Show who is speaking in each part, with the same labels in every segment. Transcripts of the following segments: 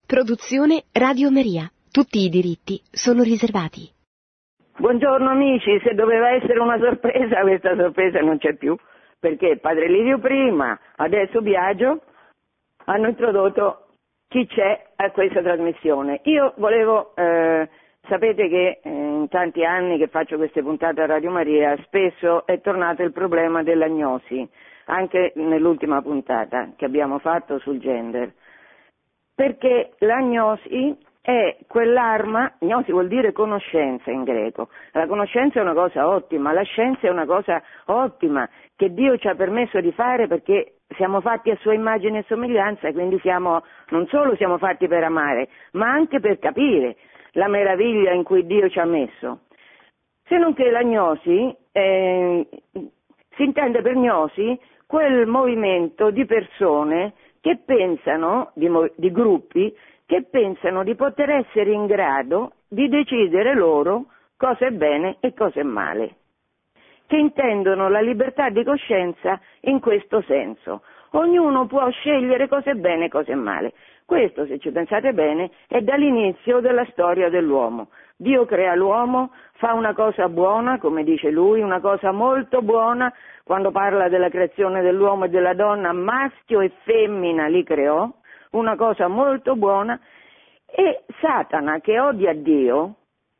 Speaker 1: Produzione Radio Maria. Tutti i diritti sono riservati.
Speaker 2: Buongiorno amici, se doveva essere una sorpresa, questa sorpresa non c'è più, perché Padre Livio prima, adesso Biagio, hanno introdotto chi c'è a questa trasmissione. Io volevo, sapete che in tanti anni che faccio queste puntate a Radio Maria, spesso è tornato il problema dell'agnosi, anche nell'ultima puntata che abbiamo fatto sul gender, perché l'agnosi è quell'arma, gnosi vuol dire conoscenza in greco, la conoscenza è una cosa ottima, la scienza è una cosa ottima che Dio ci ha permesso di fare perché siamo fatti a sua immagine e somiglianza e quindi non solo siamo fatti per amare, ma anche per capire la meraviglia in cui Dio ci ha messo. Se non che la gnosi, si intende per gnosi quel movimento di persone che pensano, di gruppi, che pensano di poter essere in grado di decidere loro cosa è bene e cosa è male, che intendono la libertà di coscienza in questo senso. Ognuno può scegliere cosa è bene e cosa è male. Questo, se ci pensate bene, è dall'inizio della storia dell'uomo. Dio crea l'uomo, fa una cosa buona, come dice lui, una cosa molto buona, quando parla della creazione dell'uomo e della donna, maschio e femmina li creò, una cosa molto buona, e Satana, che odia Dio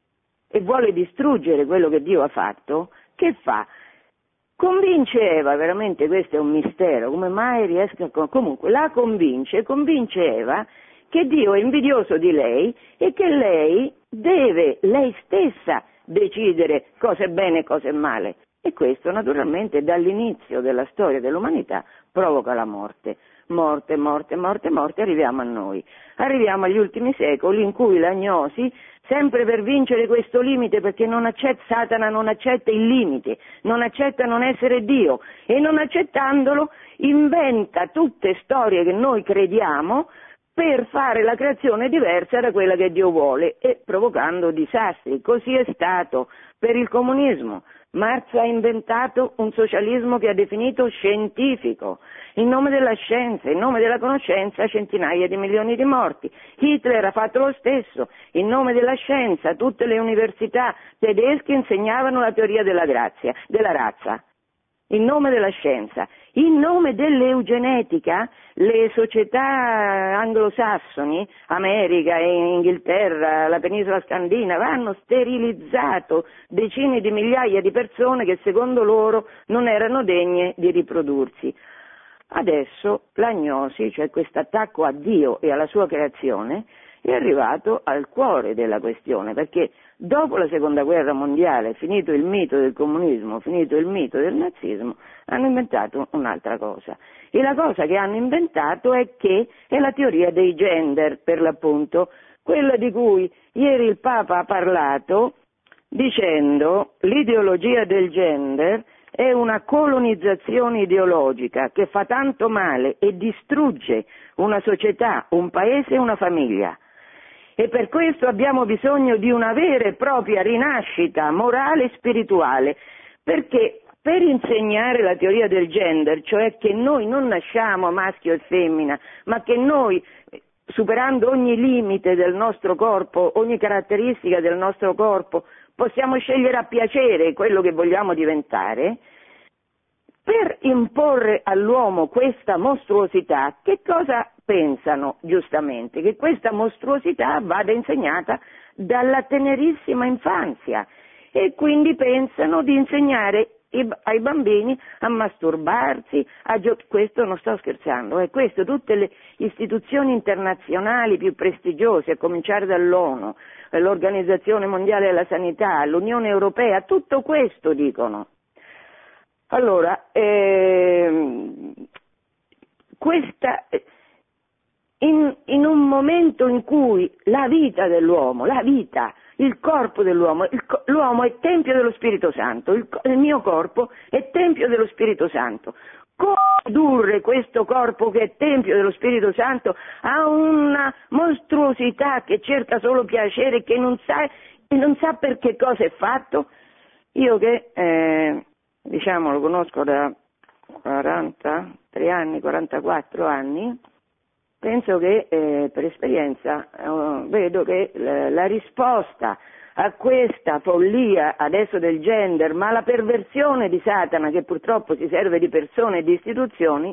Speaker 2: e vuole distruggere quello che Dio ha fatto, che fa? Convince Eva, veramente questo è un mistero, come mai riesca comunque la convince Eva che Dio è invidioso di lei e che lei deve lei stessa decidere cosa è bene e cosa è male. E questo naturalmente dall'inizio della storia dell'umanità provoca la morte. Morte, arriviamo a noi. Arriviamo agli ultimi secoli in cui l'agnosi, sempre per vincere questo limite, perché Satana non accetta il limite, non accetta non essere Dio, e non accettandolo inventa tutte storie che noi crediamo per fare la creazione diversa da quella che Dio vuole e provocando disastri. Così è stato per il comunismo. Marx ha inventato un socialismo che ha definito scientifico. In nome della scienza, in nome della conoscenza, centinaia di milioni di morti. Hitler ha fatto lo stesso. In nome della scienza, tutte le università tedesche insegnavano la teoria della razza. In nome della scienza. In nome dell'eugenetica, le società anglosassoni, America, Inghilterra, la penisola scandinava, hanno sterilizzato decine di migliaia di persone che secondo loro non erano degne di riprodursi. Adesso l'agnosi, cioè questo attacco a Dio e alla sua creazione, è arrivato al cuore della questione, perché dopo la seconda guerra mondiale, finito il mito del comunismo, finito il mito del nazismo, hanno inventato un'altra cosa. E la cosa che hanno inventato è la teoria dei gender, per l'appunto, quella di cui ieri il Papa ha parlato dicendo l'ideologia del gender è una colonizzazione ideologica che fa tanto male e distrugge una società, un paese e una famiglia. E per questo abbiamo bisogno di una vera e propria rinascita morale e spirituale, perché per insegnare la teoria del gender, cioè che noi non nasciamo maschio e femmina, ma che noi, superando ogni limite del nostro corpo, ogni caratteristica del nostro corpo, possiamo scegliere a piacere quello che vogliamo diventare, per imporre all'uomo questa mostruosità, che cosa pensano giustamente? Che questa mostruosità vada insegnata dalla tenerissima infanzia e quindi pensano di insegnare ai bambini a masturbarsi, questo non sto scherzando, questo tutte le istituzioni internazionali più prestigiose, a cominciare dall'ONU, l'Organizzazione Mondiale della Sanità, l'Unione Europea, tutto questo dicono. Allora, in un momento in cui la vita dell'uomo, il corpo dell'uomo, l'uomo è tempio dello Spirito Santo, il mio corpo è tempio dello Spirito Santo. Come ridurre questo corpo che è tempio dello Spirito Santo a una mostruosità che cerca solo piacere e che non sa per che cosa è fatto? Io che lo conosco da 43 anni, 44 anni, penso che per esperienza vedo che la risposta a questa follia adesso del gender, ma la perversione di Satana che purtroppo si serve di persone e di istituzioni,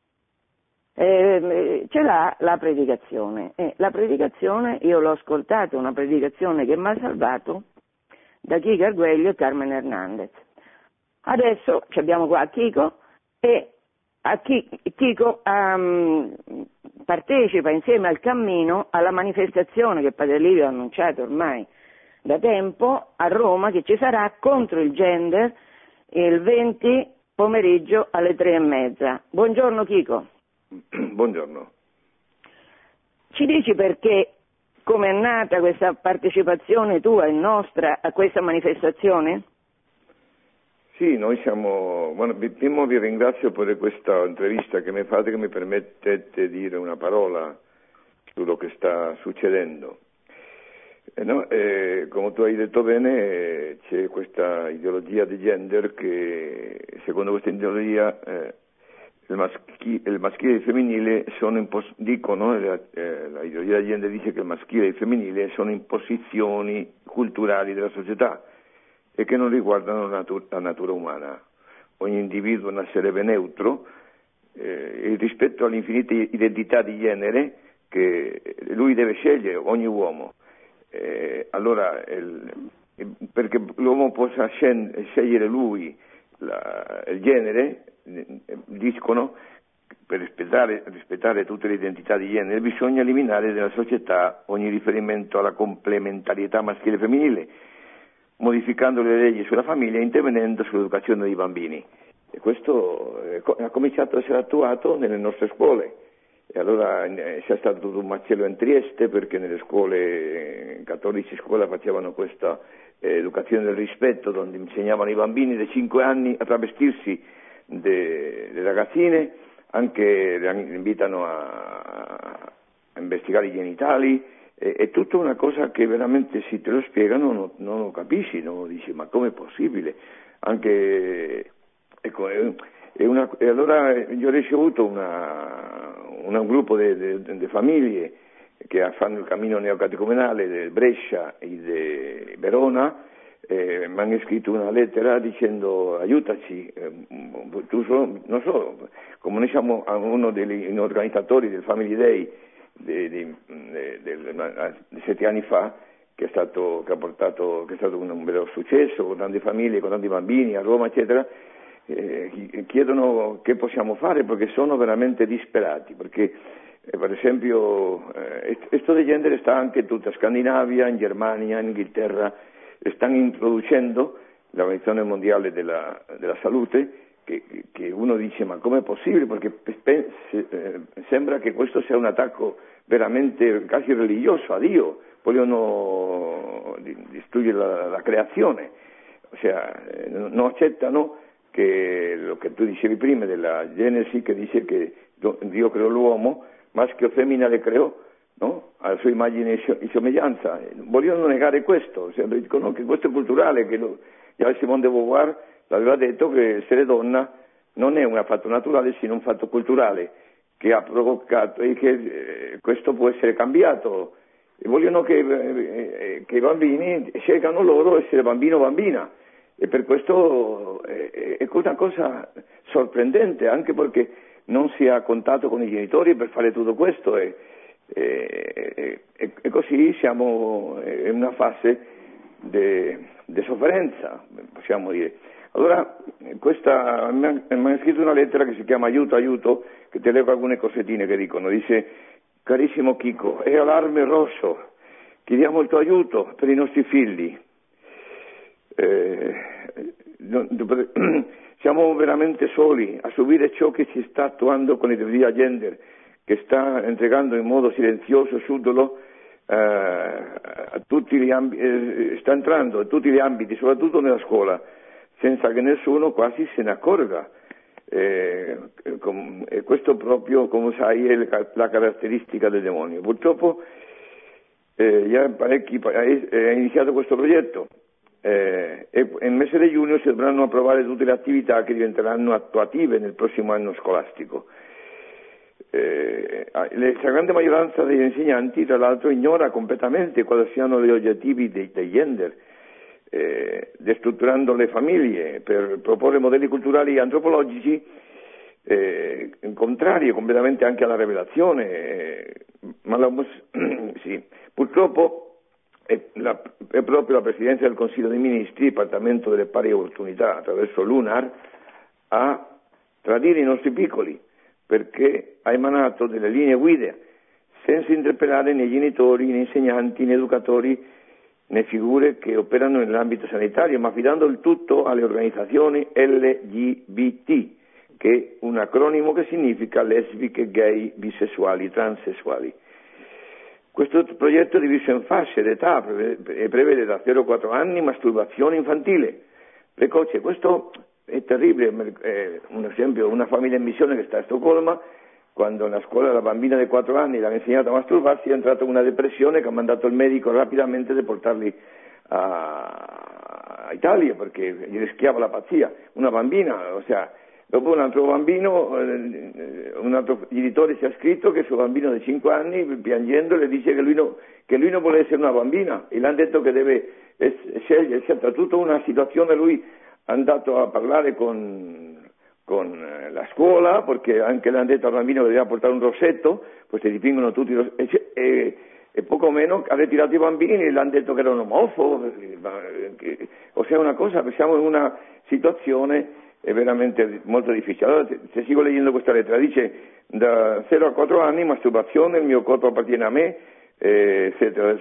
Speaker 2: ce l'ha la predicazione. E la predicazione, io l'ho ascoltata, una predicazione che mi ha salvato, da Chico Arguello e Carmen Hernandez. Adesso abbiamo qua Chico e Chico partecipa insieme al cammino alla manifestazione che Padre Livio ha annunciato ormai da tempo a Roma, che ci sarà contro il gender il 20 pomeriggio alle 3:30. Buongiorno Chico.
Speaker 3: Buongiorno.
Speaker 2: Ci dici perché, come è nata questa partecipazione tua e nostra a questa manifestazione?
Speaker 3: Sì, noi siamo... prima vi ringrazio per questa intervista che mi fate, che mi permettete di dire una parola su quello che sta succedendo. Come tu hai detto bene, c'è questa ideologia di gender che, secondo questa ideologia, il maschile e il femminile sono dicono, la ideologia di gender dice che il maschile e il femminile sono imposizioni culturali della società e che non riguardano la natura umana. Ogni individuo è un essere neutro rispetto all'infinita identità di genere che lui deve scegliere, ogni uomo. Allora, perché l'uomo possa scegliere lui il genere, dicono, per rispettare tutte le identità di genere, bisogna eliminare dalla società ogni riferimento alla complementarietà maschile e femminile, modificando le leggi sulla famiglia e intervenendo sull'educazione dei bambini. E questo ha cominciato a essere attuato nelle nostre scuole. E allora c'è stato tutto un macello in Trieste, perché nelle scuole cattolici scuola facevano questa educazione del rispetto, dove insegnavano ai bambini di 5 anni a travestirsi le ragazzine, anche le invitano a investigare i genitali. È tutta una cosa che veramente, se te lo spiegano non lo capisci, non lo dici, ma com'è possibile? Anche, ecco, e allora io ho ricevuto un gruppo di famiglie che fanno il cammino neocatecumenale di Brescia e di Verona, mi hanno scritto una lettera dicendo aiutaci, non solo, come noi siamo uno degli organizzatori del Family Day di 7 anni fa, che è stato un vero successo, con tante famiglie, con tanti bambini a Roma, eccetera. Chiedono che possiamo fare perché sono veramente disperati, perché per esempio questo di genere sta anche in tutta Scandinavia, in Germania, in Inghilterra, stanno introducendo l'Organizzazione Mondiale della Salute, che uno dice ma com'è possibile, perché sembra che questo sia un attacco veramente quasi religioso a Dio, vogliono distruggere la creazione, ossia non accettano che lo che tu dicevi prima della Genesi, che dice che Dio creò l'uomo, maschio e femmina le creò, no? Alla sua immagine e somiglianza. Vogliono negare questo, dicono che questo è culturale, che già Simone de Beauvoir l'aveva detto che essere donna non è un fatto naturale, sino un fatto culturale, che ha provocato e che questo può essere cambiato. E vogliono che i bambini scelgano loro essere bambino o bambina. E per questo è una cosa sorprendente, anche perché non si ha contatto con i genitori per fare tutto questo e così siamo in una fase di sofferenza, possiamo dire. Allora, mi ha scritto una lettera che si chiama Aiuto, aiuto, che te leggo alcune cosettine che dicono. Dice: carissimo Chico, è allarme rosso, chiediamo il tuo aiuto per i nostri figli. Siamo veramente soli a subire ciò che si sta attuando con l'ideologia gender, che sta entregando in modo silenzioso e subdolo a tutti gli ambiti, sta entrando in tutti gli ambiti, soprattutto nella scuola, senza che nessuno quasi se ne accorga. E questo proprio, come sai, è la caratteristica del demonio. Purtroppo già parecchi è iniziato questo progetto. E nel mese di giugno si dovranno approvare tutte le attività che diventeranno attuative nel prossimo anno scolastico. La grande maggioranza degli insegnanti, tra l'altro, ignora completamente quali siano gli obiettivi dei gender, destrutturando le famiglie per proporre modelli culturali e antropologici contrari completamente anche alla rivelazione. Sì, purtroppo è proprio la Presidenza del Consiglio dei Ministri, il Dipartimento delle Pari Opportunità, attraverso l'UNAR, a tradire i nostri piccoli, perché ha emanato delle linee guida senza interpellare né genitori, né insegnanti, né educatori, né figure che operano nell'ambito sanitario, ma affidando il tutto alle organizzazioni LGBT, che è un acronimo che significa lesbiche, gay, bisessuali, transessuali. Questo progetto è diviso in fasce d'età e prevede da 0 a 4 anni masturbazione infantile precoce. Questo è terribile. Un esempio, una famiglia in missione che sta a Stoccolma, quando nella scuola la bambina di 4 anni l'ha insegnato a masturbarsi, è entrata in una depressione che ha mandato il medico rapidamente a deportarli a Italia perché gli rischiava la pazzia. Una bambina, dopo un altro bambino, un altro genitore ci ha scritto che il suo bambino di 5 anni, piangendo, le dice che lui non vuole essere una bambina e le hanno detto che deve scegliere. È stata tutta una situazione. Lui è andato a parlare con la scuola, perché anche le hanno detto al bambino che doveva portare un rossetto, poi si dipingono tutti e poco meno ha ritirato i bambini e le hanno detto che erano omofobi. Una cosa, siamo in una situazione è veramente molto difficile. Allora, se sigo leggendo questa lettera, dice da 0 a 4 anni masturbazione, il mio corpo appartiene a me, eccetera,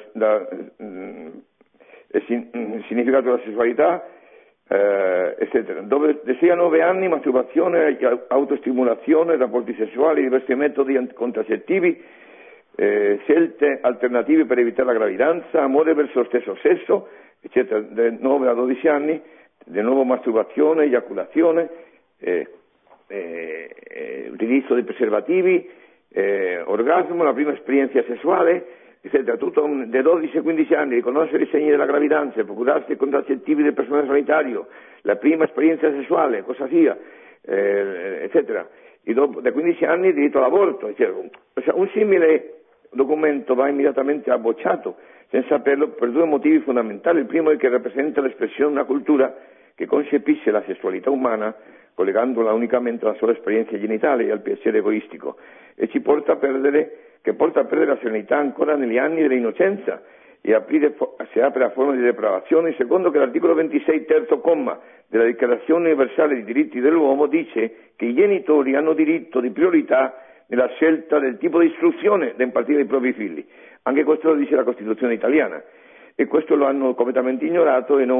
Speaker 3: significato della sessualità, eccetera. Dove da 6 a 9 anni masturbazione, autostimolazione, rapporti sessuali, diversi metodi contraccettivi, scelte alternative per evitare la gravidanza, amore verso lo stesso sesso, eccetera. Da 9 a 12 anni di nuovo masturbazione, eiaculazione, utilizzo di preservativi, orgasmo, la prima esperienza sessuale, eccetera. Tutto dai 12 a 15 anni, riconoscere i segni della gravidanza, procurarsi i contraccettivi del personale sanitario, la prima esperienza sessuale, cosa sia, eccetera. E dopo, da 15 anni diritto all'aborto, eccetera. Un simile documento va immediatamente abbocciato, senza saperlo, per 2 motivi fondamentali. Il primo è che rappresenta l'espressione di una cultura che concepisce la sessualità umana collegandola unicamente alla sola esperienza genitale e al piacere egoistico, e porta a perdere la serenità ancora negli anni dell'innocenza e si apre a forme di depravazione. Secondo che l'articolo 26, terzo comma della Dichiarazione Universale dei Diritti dell'Uomo dice che i genitori hanno diritto di priorità nella scelta del tipo di istruzione da impartire ai propri figli. Anche questo lo dice la Costituzione italiana, e questo lo hanno completamente ignorato e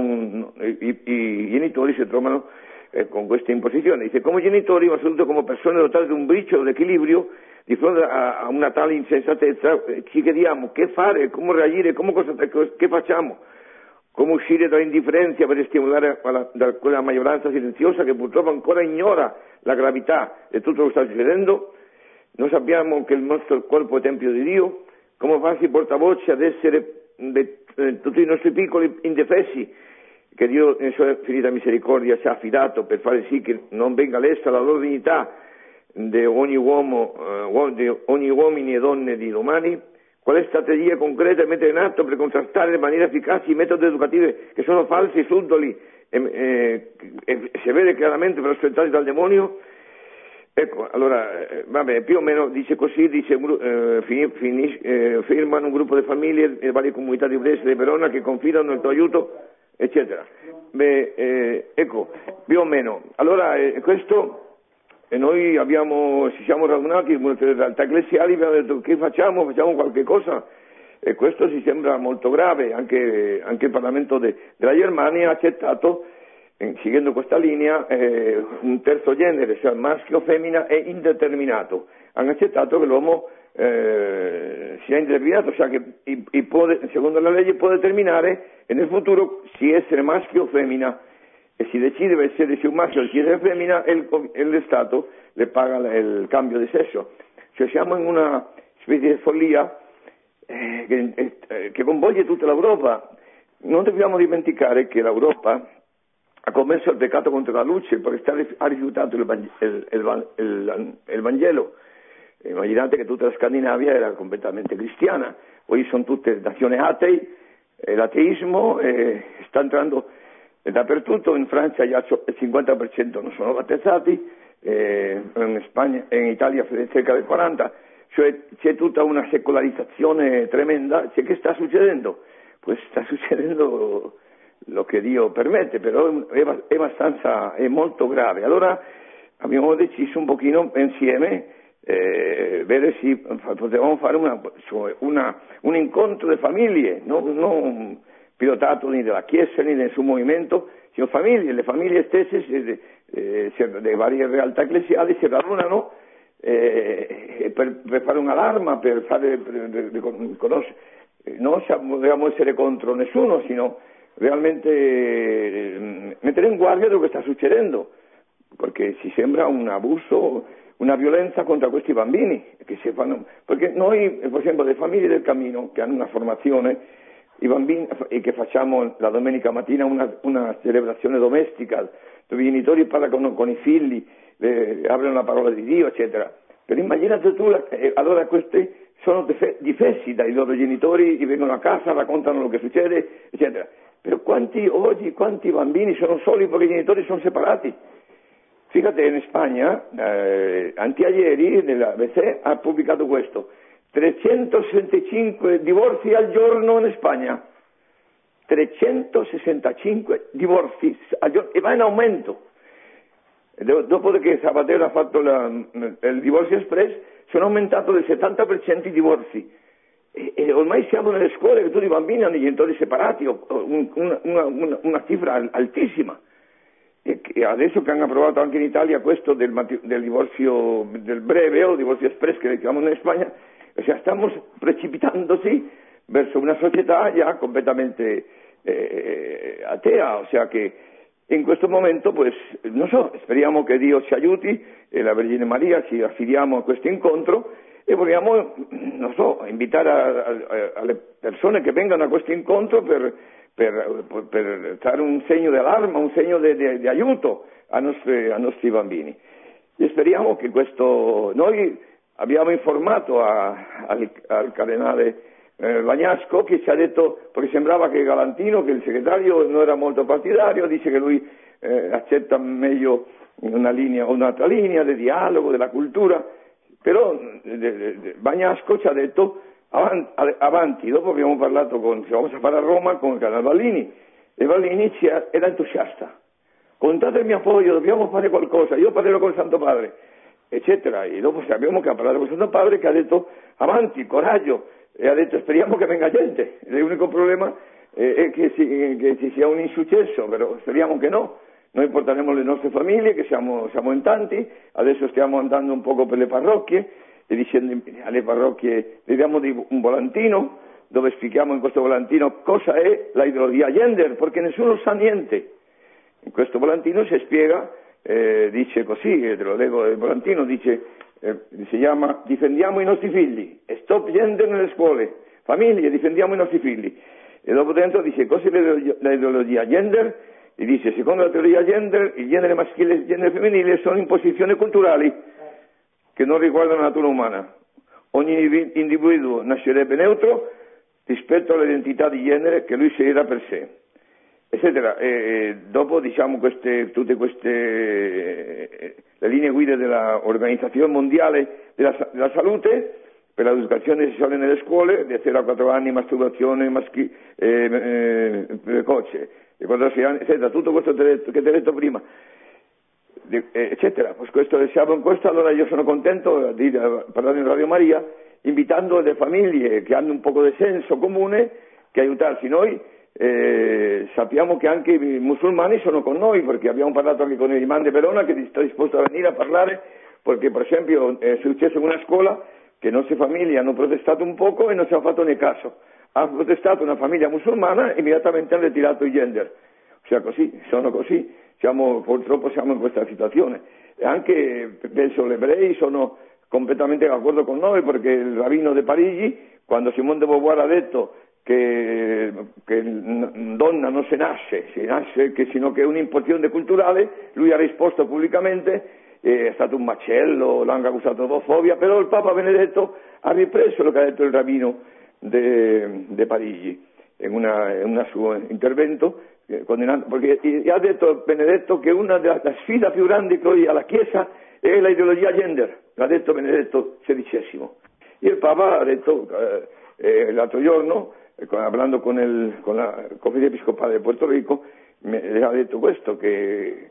Speaker 3: i genitori si trovano con questa imposizione. Dice, come genitori, ma soprattutto come persone dotate di un briciolo di equilibrio, di fronte a una tale insensatezza, ci chiediamo che fare, come reagire, che facciamo, come uscire dall'indifferenza per stimolare da quella maggioranza silenziosa che purtroppo ancora ignora la gravità di tutto quello che sta succedendo. Noi sappiamo che il nostro corpo è tempio di Dio, come farsi portavoce ad essere tutti i nostri piccoli indefessi, che Dio in sua finita misericordia ci ha affidato per fare sì che non venga lesa la loro dignità di ogni uomo, di ogni uomini e donne di domani. Quale strategia concreta mettere in atto per contrastare in maniera efficace i metodi educativi che sono falsi, subdoli e si vede chiaramente prospettati dal demonio? Ecco, allora, più o meno dice così, firmano un gruppo di famiglie e varie comunità di Brescia e di Verona che confidano nel tuo aiuto, eccetera. Ecco, più o meno. Allora, questo, noi ci siamo radunati in molte realtà ecclesiali, abbiamo detto che facciamo qualche cosa, e questo ci sembra molto grave. Anche il Parlamento della Germania ha accettato, seguendo questa linea, un terzo genere, cioè maschio, femmina e indeterminato. Hanno accettato che l'uomo sia indeterminato, cioè che secondo la legge può determinare e nel futuro si essere maschio o femmina, e si decide per essere un maschio o si essere femmina e lo Stato le paga il cambio di sesso. Cioè siamo in una specie di follia che coinvolge tutta l'Europa. Non dobbiamo dimenticare che l'Europa ha commesso il peccato contro la luce perché ha rifiutato il Vangelo. Immaginate che tutta la Scandinavia era completamente cristiana, poi sono tutte nazioni atei, l'ateismo sta entrando dappertutto. In Francia già il 50% non sono battezzati, in Spagna e in Italia cerca del 40%, cioè c'è tutta una secolarizzazione tremenda. Che sta succedendo? Pues sta succedendo lo che Dio permette, però è molto grave. Allora abbiamo deciso un pochino insieme vedere se potevamo fare un incontro di famiglie, non pilotato ni dalla Chiesa ni del suo movimento, sino famiglie. Le famiglie stesse delle varie realtà ecclesiali si radunano per fare un'allarma, per conoscere. Non dobbiamo essere contro nessuno, sino realmente mettere in guardia di quello che sta succedendo, perché ci sembra un abuso, una violenza contro questi bambini che si fanno, perché noi, per esempio, le famiglie del cammino che hanno una formazione, i bambini, e che facciamo la domenica mattina una celebrazione domestica dove i genitori parlano con i figli, aprono la parola di Dio, eccetera. Però immaginate tu, allora questi sono difesi dai loro genitori, vengono a casa, raccontano lo che succede, eccetera. Però quanti bambini sono soli perché i genitori sono separati? Fíjate, in Spagna, antiaieri, l'ABC ha pubblicato questo: 365 divorzi al giorno in Spagna. 365 divorzi al giorno, e va in aumento. Dopo che Zapatero ha fatto il divorzio express, sono aumentato del 70% i divorzi. E ormai siamo nelle scuole che tutti i bambini hanno i genitori separati, una cifra altissima. E adesso che hanno approvato anche in Italia questo del divorzio del breve o divorzio express che chiamano in Spagna, cioè stiamo precipitandosi verso una società già completamente atea, o sea che in questo momento, pues, non so, speriamo che Dio ci aiuti e la Vergine Maria, ci affidiamo a questo incontro e vogliamo, non so, invitare alle persone che vengano a questo incontro per dare un segno di allarme, un segno di aiuto ai nostri bambini. E speriamo che noi abbiamo informato al Cardinale Bagnasco, che ci ha detto, perché sembrava che Galantino, che il segretario, non era molto partidario, dice che lui accetta meglio un'altra linea di dialogo, della cultura, però Bagnasco ci ha detto avanti. Dopo abbiamo parlato siamo a fare a Roma con il Cardinale Vallini, e Vallini era entusiasta: contate il mio appoggio, dobbiamo fare qualcosa, io parlerò col Santo Padre, eccetera. E dopo sappiamo che ha parlato col Santo Padre, che ha detto avanti, coraggio, e ha detto speriamo che venga gente. L'unico problema è che ci sia un insuccesso, però speriamo che no. Noi porteremo le nostre famiglie, che siamo in tanti. Adesso stiamo andando un poco per le parrocchie e dicendo alle parrocchie, le diamo un volantino dove spieghiamo in questo volantino cosa è la ideologia gender, perché nessuno sa niente. In questo volantino si spiega, dice così, te lo leggo, il volantino si chiama difendiamo i nostri figli, stop gender nelle scuole, famiglie, difendiamo i nostri figli. E dopo dentro dice cos'è l'ideologia gender, e dice secondo la teoria gender il genere maschile e il genere femminile sono imposizioni culturali che non riguardano la natura umana. Ogni individuo nascerebbe neutro rispetto all'identità di genere che lui sceglierà per sé, eccetera. E dopo diciamo tutte queste le linee guida dell'Organizzazione Mondiale della Salute per l'educazione sessuale nelle scuole, di 0 a 4 anni, masturbazione precoce, di 4 a 6 anni, eccetera. Tutto questo che ti ho detto prima, eccetera. Pues siamo in questo, allora io sono contento di parlare in Radio Maria, invitando le famiglie che hanno un poco di senso comune che aiutarsi. Noi sappiamo che anche i musulmani sono con noi, perché abbiamo parlato anche con il imam di Verona che sta disposto a venire a parlare, perché per esempio è successo in una scuola che le nostre famiglie hanno protestato un poco e non ci hanno fatto né caso. Ha protestato una famiglia musulmana e immediatamente hanno ritirato il gender. O sea, sono così. Purtroppo siamo in questa situazione. E anche, penso, gli ebrei sono completamente d'accordo con noi, perché il rabbino di Parigi, quando Simone de Beauvoir ha detto che donna non si nasce, sino che è un'imposizione culturale, lui ha risposto pubblicamente è stato un macello, l'hanno accusato di omofobia, però il Papa Benedetto ha ripreso lo che ha detto il rabbino de Parigi in un suo intervento, perché ha detto Benedetto che una delle sfide più grandi che oggi ha la Chiesa è l'ideologia gender, l'ha detto Benedetto XVI. E il Papa ha detto l'altro giorno, parlando con la Conferenza Episcopale di Puerto Rico, ha detto questo, che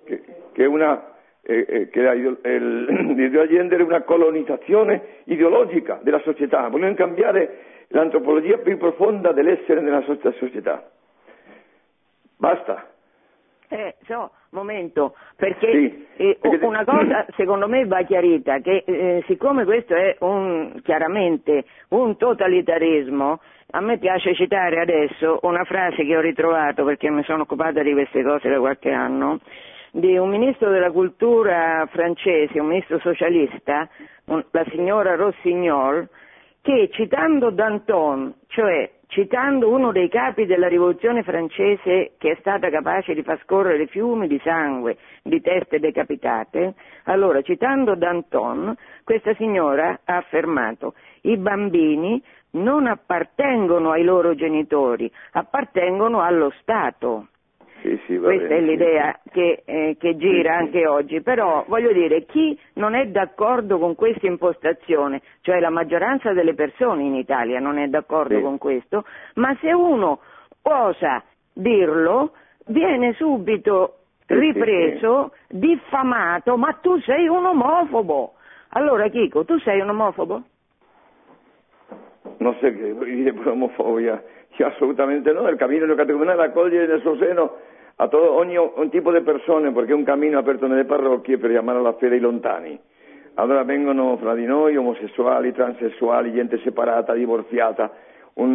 Speaker 3: l'ideologia gender è una colonizzazione ideologica della società, vogliono cambiare l'antropologia più profonda dell'essere nella nostra società. Basta.
Speaker 2: Momento, perché una cosa secondo me va chiarita, che siccome questo è chiaramente un totalitarismo, a me piace citare adesso una frase che ho ritrovato, perché mi sono occupata di queste cose da qualche anno, di un ministro della cultura francese, un ministro socialista, la signora Rossignol, che citando Danton, cioè citando uno dei capi della rivoluzione francese che è stata capace di far scorrere fiumi di sangue, di teste decapitate, allora citando Danton, questa signora ha affermato: i bambini non appartengono ai loro genitori, appartengono allo Stato.
Speaker 3: Sì,
Speaker 2: questa è l'idea che gira anche oggi, però voglio dire, chi non è d'accordo con questa impostazione, cioè la maggioranza delle persone in Italia non è d'accordo con questo, ma se uno osa dirlo viene subito ripreso, diffamato: ma tu sei un omofobo. Allora Chico, tu sei un omofobo?
Speaker 3: Non so che vuoi dire per omofobia, io assolutamente no, il cammino catecumenale accoglie nel suo seno a ogni tipo di persone, perché è un cammino aperto nelle parrocchie per chiamare alla fede i lontani. Allora vengono fra di noi omosessuali, transessuali, gente separata, divorziata, e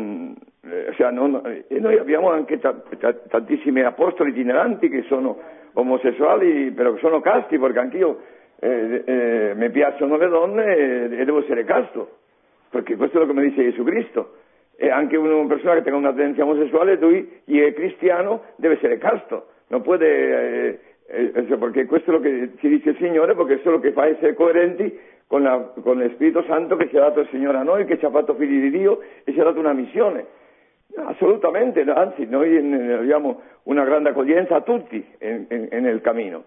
Speaker 3: noi abbiamo anche tantissimi apostoli itineranti che sono omosessuali, però sono casti, perché anch'io mi piacciono le donne e devo essere casto, perché questo è lo che mi dice Gesù Cristo. E anche una persona che tenga una tendenza omosessuale, lui, y è cristiano, deve essere casto, non può, perché questo è lo che ci dice il Signore, perché questo è lo che fa essere coerenti con lo Spirito Santo che ci ha dato il Signore a noi, che ci ha fatto figli di Dio e ci ha dato una missione. Assolutamente, anzi, noi abbiamo una grande accoglienza a tutti nel cammino.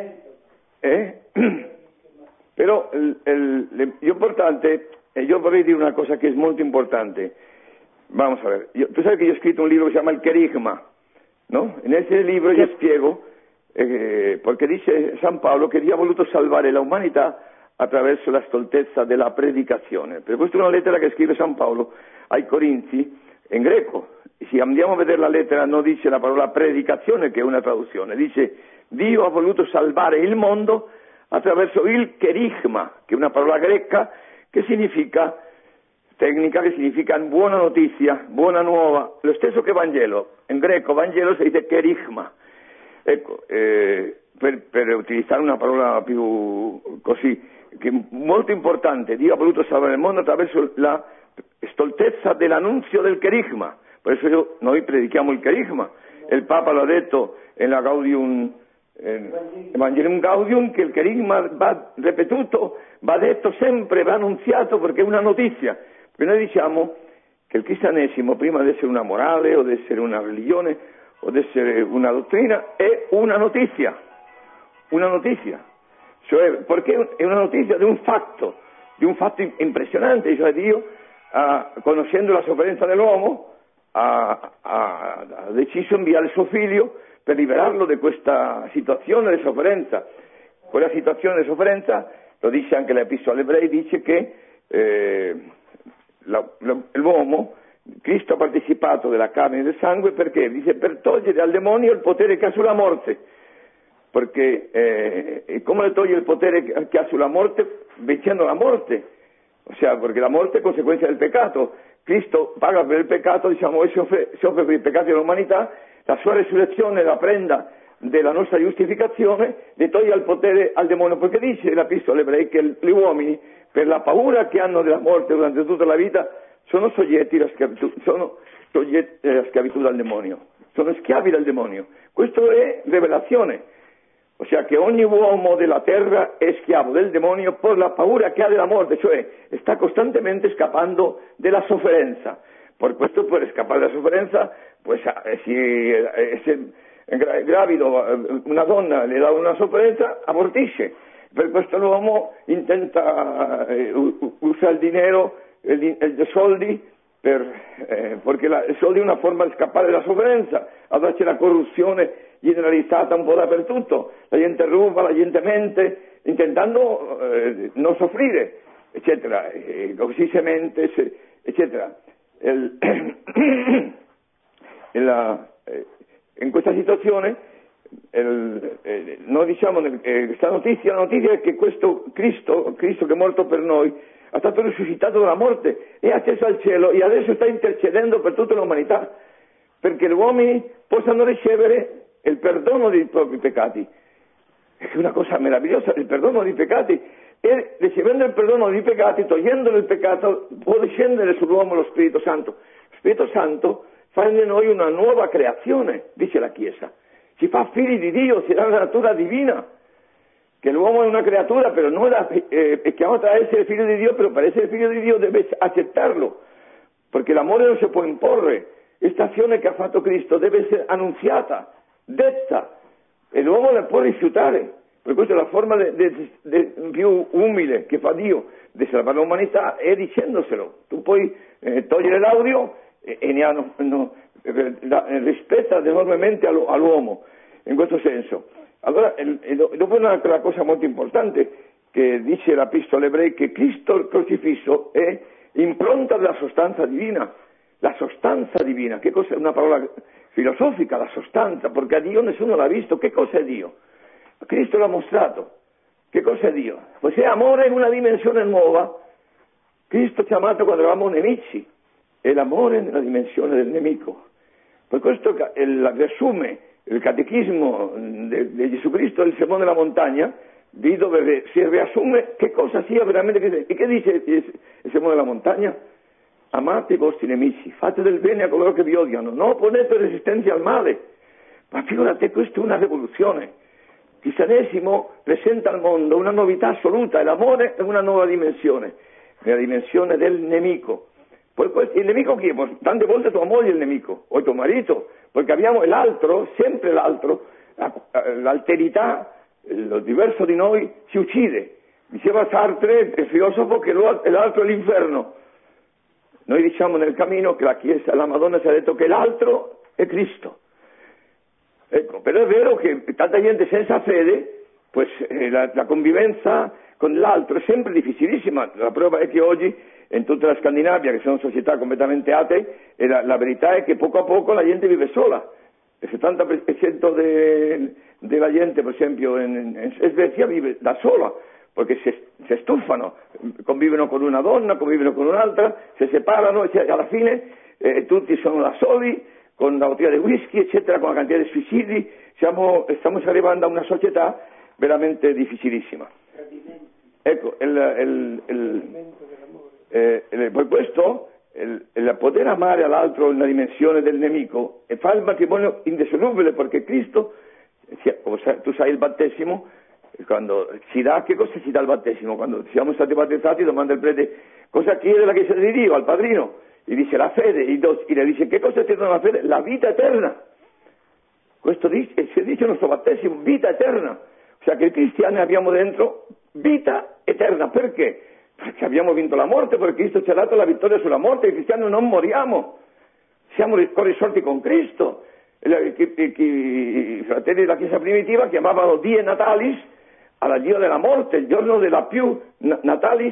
Speaker 3: Però l'importante, io vorrei dire una cosa che è molto importante. Vamos a ver, tú sabes que yo he escrito un libro que se llama El Querigma, ¿no? En ese libro yo spiego, porque dice San Paolo che Dio ha voluto salvare la umanità attraverso la stoltezza della predicazione. Per questa è una lettera che scrive San Paolo ai Corinzi in greco. Se andiamo a vedere la lettera non dice la parola predicazione, che è una traduzione, dice Dio ha voluto salvare il mondo attraverso il Querigma, che è una parola greca che significa tecnica, che significa buona notizia, buona nuova, lo stesso che Vangelo, in greco Vangelo si dice Querigma. Ecco, per utilizzare una parola più così, che è molto importante, Dio ha voluto salvare il mondo attraverso la stoltezza dell'annunzio del Querigma, per eso noi predichiamo il Querigma, il Papa lo ha detto nella Gaudium, Evangelium Gaudium, che il Querigma va ripetuto, va detto sempre, va annunziato, perché è una notizia. Perché noi diciamo che il cristianesimo, prima di essere una morale o di essere una religione o di essere una dottrina, è una notizia, cioè perché è una notizia di un fatto impressionante, cioè Dio, conoscendo la sofferenza dell'uomo, ha deciso di inviare il suo figlio per liberarlo da questa situazione di sofferenza. Quella situazione di sofferenza, lo dice anche l'Epistola agli Ebrei, dice che l'uomo, Cristo ha partecipato della carne e del sangue, perché dice per togliere al demonio il potere che ha sulla morte, perché come le toglie il potere che ha sulla morte? Vencendo la morte, ossia perché la morte è conseguenza del peccato. Cristo paga per il peccato, diciamo, e soffre per i peccati dell'umanità, la sua resurrezione, la prenda della nostra giustificazione, le toglie il potere al demonio, perché dice l'Epistola agli Ebrei che gli uomini, per la paura che hanno della morte durante tutta la vita, sono soggetti alla schiavitù, dal demonio, sono schiavi del demonio. Questo è rivelazione. ossia che ogni uomo della terra è schiavo del demonio per la paura che ha della morte, cioè sta costantemente scappando della sofferenza. Per questo, per scappare dalla sofferenza, pues, se è gravido, una donna le dà una sofferenza, abortisce. Per questo l'uomo intenta usare il dinero, i soldi, perché i soldi è una forma di scappare dalla sofferenza. Allora c'è la corruzione generalizzata un po' dappertutto, la gente ruba, la gente mente, intentando non soffrire, eccetera, così si mente, eccetera. In questa situazione noi diciamo la notizia è che questo Cristo che è morto per noi è stato risuscitato dalla morte, è acceso al cielo e adesso sta intercedendo per tutta l'umanità perché gli uomini possano ricevere il perdono dei propri peccati. È una cosa meravigliosa, il perdono dei peccati, e ricevendo il perdono dei peccati, togliendolo il peccato, può discendere sull'uomo lo Spirito Santo. Lo Spirito Santo fa di noi una nuova creazione, dice la Chiesa. Ci fa figli di Dio, ci dà la natura divina. Che l'uomo è una creatura, però non è chiamato a essere figlio di Dio, però per essere figlio di Dio deve accettarlo, perché l'amore non si può imporre. Questa azione che ha fatto Cristo deve essere annunziata, detta, e l'uomo la può rifiutare. Per questo la forma più umile che fa Dio di salvare l'umanità è dicendoselo. Tu puoi togliere l'audio e rispetta enormemente all'uomo, in questo senso. Allora, dopo un'altra cosa molto importante che dice l'Epistola ai Ebrei, che Cristo crocifisso è impronta della sostanza divina. La sostanza divina, che cosa è? Una parola filosofica, la sostanza, perché a Dio nessuno l'ha visto. Che cosa è Dio? Cristo l'ha mostrato. Che cosa è Dio? Pues è amore in una dimensione nuova. Cristo ci ha amato quando eravamo nemici, è l'amore nella dimensione del nemico. Per questo riassume il catechismo di Gesù Cristo, il Sermone della Montagna, di dove si riassume che cosa sia veramente Cristo. E che dice il Sermone della Montagna? Amate i vostri nemici, fate del bene a coloro che vi odiano, non ponete resistenza al male. Ma figurate, questa è una rivoluzione. Il cristianesimo presenta al mondo una novità assoluta, e l'amore è una nuova dimensione, nella dimensione del nemico. Poi il nemico chi è? Tante volte tua moglie è il nemico, o tuo marito, perché abbiamo l'altro, sempre l'altro, l'alterità, lo diverso di noi ci uccide. Diceva Sartre, il filosofo, che l'altro è l'inferno. Noi diciamo nel cammino che la Chiesa, la Madonna ci ha detto che l'altro è Cristo. Ecco, però è vero che tanta gente senza fede, pues la convivenza con l'altro è sempre difficilissima. La prova è che oggi in tutta la Scandinavia, che sono società completamente atee, e la verità è che poco a poco la gente vive sola. Il 70% della gente, per esempio, in Svezia vive da sola, perché si stufano, convivono con una donna, convivono con un'altra, si separano, e alla fine tutti sono da soli, con la bottiglia di whisky, eccetera, con la quantità di suicidi. Stiamo arrivando a una società veramente difficilissima. Ecco, per questo il poter amare all'altro nella dimensione del nemico e fa il matrimonio indissolubile, perché Cristo, tu sai il battesimo, quando ci dà, che cosa ci dà il battesimo? Quando siamo stati battezzati domanda il prete cosa chiede la Chiesa di Dio al padrino, gli dice la fede, e le dice che cosa ti dà la fede? La vita eterna. Questo si dice il nostro battesimo, vita eterna, ossia che i cristiani abbiamo dentro vita eterna. Perché? Perché abbiamo vinto la morte, perché Cristo ci ha dato la vittoria sulla morte. I cristiani non moriamo, siamo risorti con Cristo. I fratelli della Chiesa primitiva chiamavano Die Natalis alla Dio della morte, il giorno della più Natalis,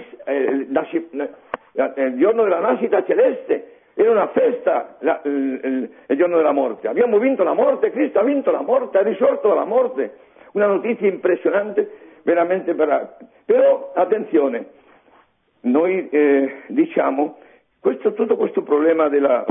Speaker 3: il giorno della nascita celeste. Era una festa il giorno della morte. Abbiamo vinto la morte, Cristo ha vinto la morte, ha risorto dalla morte. Una notizia impressionante, veramente. Però attenzione, noi diciamo tutto questo problema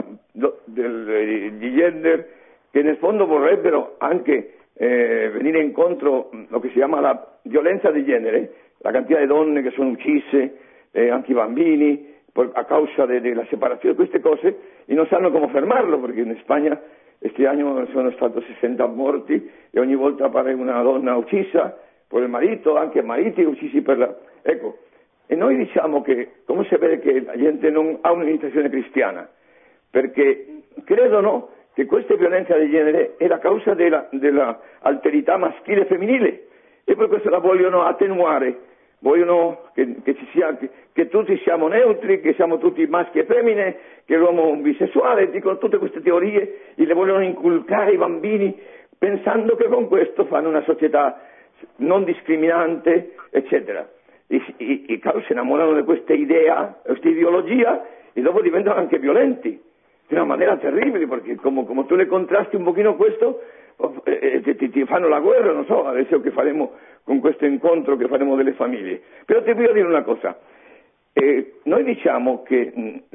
Speaker 3: di gender, che nel fondo vorrebbero anche venire incontro a che si chiama la violenza di genere, la quantità di donne che sono uccise, anche i bambini, a causa della separazione, queste cose, e non sanno come fermarlo, perché in Spagna Este anno sono stato 60 morti e ogni volta appare una donna uccisa per il marito, anche mariti uccisi per la... Ecco, e noi diciamo che, come si vede che la gente non ha un'iniziazione cristiana, perché credono che questa violenza di genere è la causa della alterità maschile e femminile e per questo la vogliono attenuare, vogliono che tutti siamo neutri, che siamo tutti maschi e femmine, che l'uomo è un bisessuale, dicono tutte queste teorie e le vogliono inculcare ai bambini pensando che con questo fanno una società non discriminante, eccetera. I capi si innamorano di questa idea, questa ideologia e dopo diventano anche violenti di una maniera terribile, perché come tu le contrasti un pochino questo, ti fanno la guerra, non so adesso che faremo con questo incontro che faremo delle famiglie. Però ti voglio dire una cosa, noi diciamo che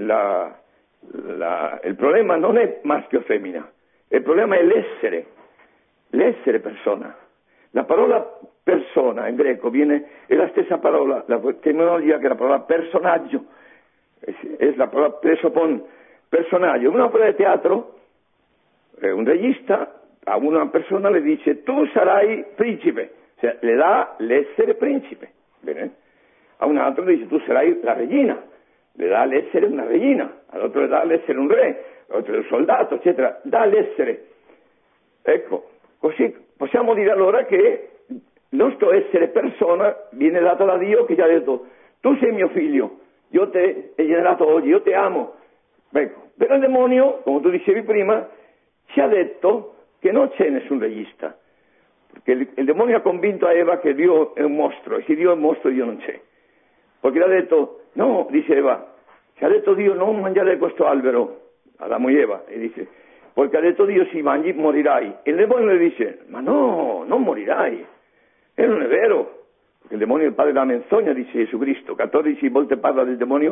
Speaker 3: il problema non è maschio o femmina, il problema è l'essere persona. La parola persona in greco è la stessa parola, la terminologia che la parola personaggio, è la parola presopon, personaggio. Una opera di teatro, un regista a una persona le dice tu sarai principe, cioè le dà l'essere principe, bene? A un altro le dice tu sarai la regina, le dà l'essere una regina, all'altro le dà l'essere un re, all'altro un soldato, eccetera, dà l'essere. Ecco, così possiamo dire allora che il nostro essere persona viene dato da Dio, che ci ha detto tu sei mio figlio, io ti ho generato oggi, io ti amo. Ecco, però il demonio, come tu dicevi prima, ci ha detto che non c'è nessun regista, perché il demonio ha convinto a Eva che Dio è un mostro, e se Dio è un mostro Dio non c'è, perché le ha detto, no, dice Eva, ci ha detto Dio non mangiare questo albero, Adamo e Eva, e dice, perché ha detto Dio si mangi morirai, e il demonio le dice, ma no, non morirai, e non è vero, perché il demonio è il padre della menzogna, dice Gesù Cristo, 14 volte parla del demonio,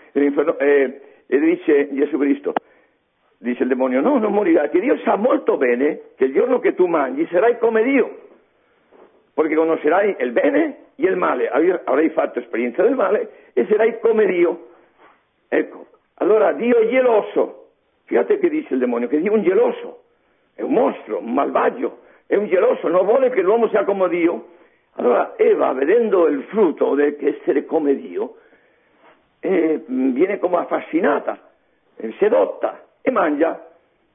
Speaker 3: e dice Gesù Cristo, dice il demonio, no, non morirai, che Dio sa molto bene che il giorno che tu mangi sarai come Dio, perché conoscerai il bene e il male, avrai fatto esperienza del male e sarai come Dio. Ecco, allora Dio è geloso, fíjate che dice il demonio, che Dio è un geloso, è un mostro, un malvagio, è un geloso, non vuole che l'uomo sia come Dio. Allora Eva, vedendo il frutto di essere come Dio, viene come affascinata, sedotta e mangia.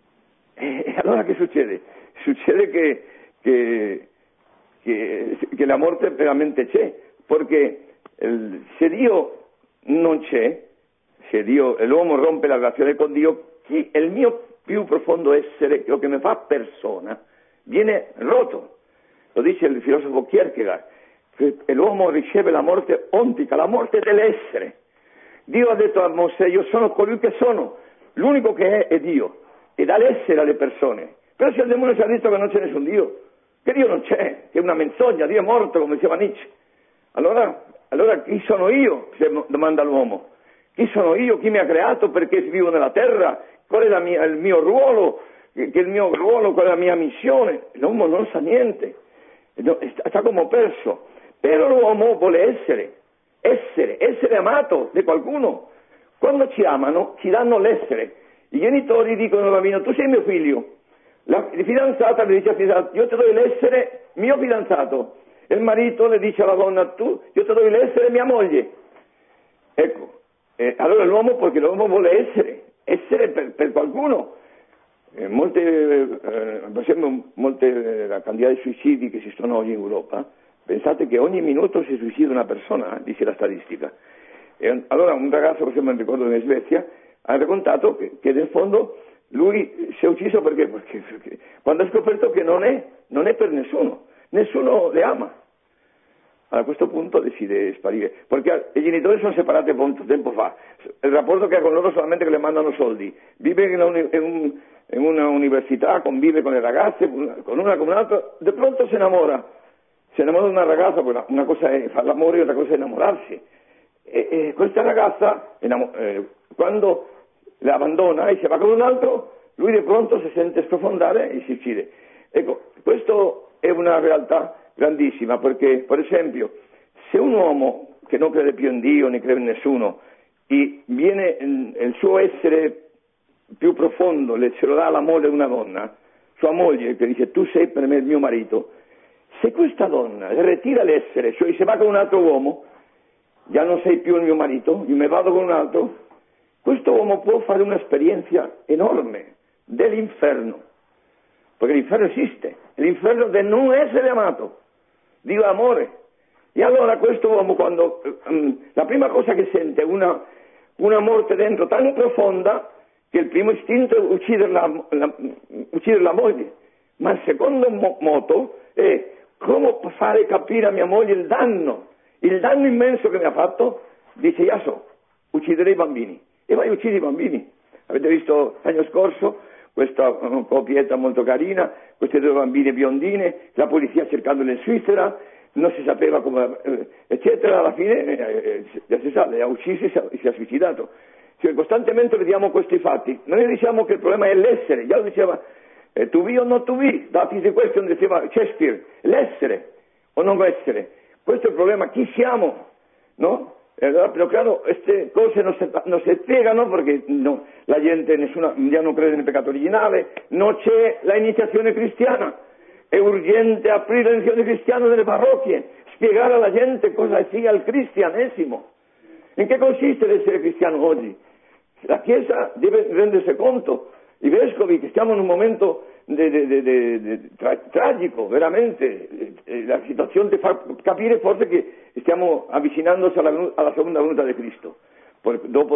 Speaker 3: E allora che succede? Succede che la morte veramente c'è, perché se Dio non c'è, se l'uomo rompe la relazione con Dio, il mio più profondo essere, quello che mi fa persona, viene rotto. Lo dice il filosofo Kierkegaard, che l'uomo riceve la morte ontica, la morte dell'essere. Dio ha detto a Mosè, io sono colui che sono, l'unico che è Dio, e dà l'essere alle persone. Però se il demonio ci ha detto che non c'è nessun Dio, che Dio non c'è, che è una menzogna, Dio è morto, come diceva Nietzsche. Allora chi sono io? Si domanda l'uomo. Chi sono io? Chi mi ha creato? Perché vivo nella terra? Qual è il mio ruolo? Qual è la mia missione? L'uomo non sa niente, sta come perso. Però l'uomo vuole essere amato da qualcuno. Quando ci amano, ci danno l'essere. I genitori dicono al bambino, tu sei mio figlio. La fidanzata le dice al fidanzato, io ti do l'essere mio fidanzato. E il marito le dice alla donna, io ti do l'essere mia moglie. Ecco, allora l'uomo, perché l'uomo vuole essere per qualcuno. Per esempio, la quantità di suicidi che ci sono oggi in Europa, pensate che ogni minuto si suicida una persona, dice la statistica. E allora un ragazzo, per esempio, mi ricordo in Svezia, ha raccontato che nel fondo lui si è ucciso perché quando ha scoperto che non è per nessuno le ama. A questo punto decide sparire, perché i genitori sono separati molto tempo fa, il rapporto che ha con loro solamente che le mandano soldi, vive in una università, convive con le ragazze, con una con un'altra, di pronto si innamora di una ragazza, una cosa è fare l'amore e una cosa è innamorarsi, e questa ragazza quando la abbandona e si va con un altro, lui di pronto si sente sprofondare e si uccide. Ecco, questo è una realtà grandissima, perché per esempio se un uomo che non crede più in Dio né crede in nessuno e viene il suo essere più profondo se lo dà l'amore di una donna, sua moglie, che dice tu sei per me il mio marito, se questa donna ritira l'essere, cioè se va con un altro uomo, già non sei più il mio marito, io me vado con un altro, questo uomo può fare un'esperienza enorme dell'inferno, perché l'inferno esiste, l'inferno del non essere amato, Dio è amore. E allora questo uomo, quando la prima cosa che sente è una morte dentro tan profonda che il primo istinto è uccidere la moglie, ma il secondo moto è come fare capire a mia moglie il danno immenso che mi ha fatto. Dice, io so, uccidere i bambini, e vai a uccidere i bambini. Avete visto l'anno scorso questa coppietta molto carina, queste due bambine biondine, la polizia cercandole in Svizzera, non si sapeva come, eccetera, alla fine già si sa, le ha uccise e si è suicidato. Cioè, costantemente vediamo questi fatti. Noi diciamo che il problema è l'essere, già lo diceva tu vi o non tu vi, da Physics Question diceva Shakespeare, l'essere o non essere. Questo è il problema, chi siamo, no? Pero claro, queste cose non si spiegano perché no, la gente, nessuna ya non crede nel peccato originale, non c'è la iniziazione cristiana. È urgente aprire l'iniziazione cristiana nelle parrocchie, spiegare alla gente cosa sia il cristianesimo. In che consiste l'essere cristiano oggi? La Chiesa deve rendersi conto, i vescovi, che stiamo in un momento tragico, veramente, la situazione ti fa capire forse che stiamo avvicinandoci alla seconda venuta di Cristo, dopo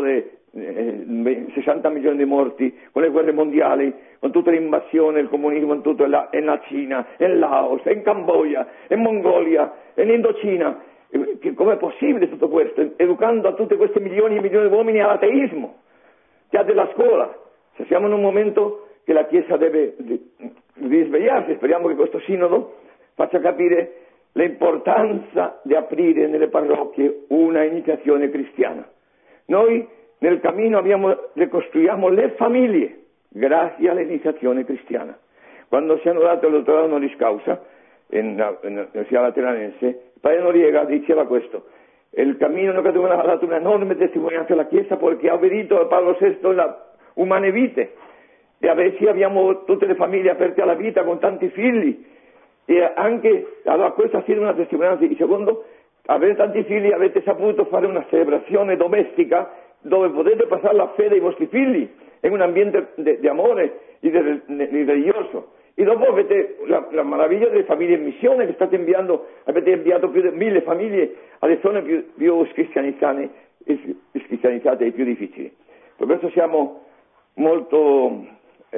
Speaker 3: 60 milioni di morti, con le guerre mondiali, con tutta l'invasione, il comunismo in tutto, in la Cina, in Laos, in Cambogia, in Mongolia, in Indocina. Com'è possibile tutto questo? Educando a tutti questi milioni e milioni di uomini all'ateismo, già della scuola. Se siamo in un momento che la Chiesa deve risvegliarsi, speriamo che questo sinodo faccia capire l'importanza di aprire nelle parrocchie una iniziazione cristiana. Noi nel cammino ricostruiamo le famiglie grazie all'iniziazione cristiana. Quando si hanno dato il dottorato honoris causa all'Università Lateranense, il padre Noriega diceva questo: il cammino neocatecumenale ha dato un'enorme testimonianza alla Chiesa perché ha obedito a Paolo VI la umane vite, e adesso abbiamo tutte le famiglie aperte alla vita con tanti figli, e anche allora questa sia una testimonianza. E secondo, avete tanti figli, avete saputo fare una celebrazione domestica dove potete passare la fede ai vostri figli in un ambiente di amore e di religioso. E dopo avete la meraviglia delle famiglie in missione, che state inviando, avete inviato più di 1000 famiglie alle zone più scristianizzate e più difficili. Per questo siamo molto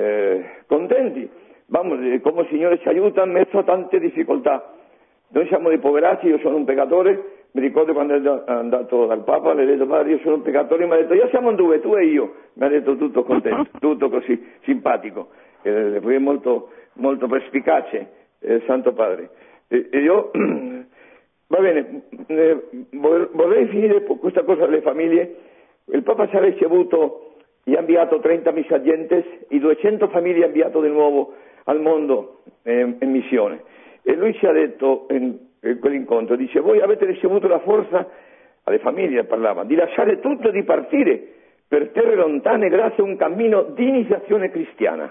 Speaker 3: contenti, come il Signore ci aiuta in mezzo a tante difficoltà. Noi siamo dei poveracci, io sono un peccatore, mi ricordo quando è andato dal Papa, le ho detto padre io sono un peccatore, mi ha detto io siamo due, tu e io, mi ha detto tutto contento, tutto così simpatico, poi è molto, molto perspicace Santo Padre. E io, va bene, vorrei finire questa cosa delle famiglie. Il Papa ci ha ricevuto, gli ha inviato 30 missagentes e 200 famiglie ha inviato di nuovo al mondo in missione. E lui ci ha detto in quell'incontro, dice, voi avete ricevuto la forza, alle famiglie parlava, di lasciare tutto e di partire per terre lontane grazie a un cammino di iniziazione cristiana,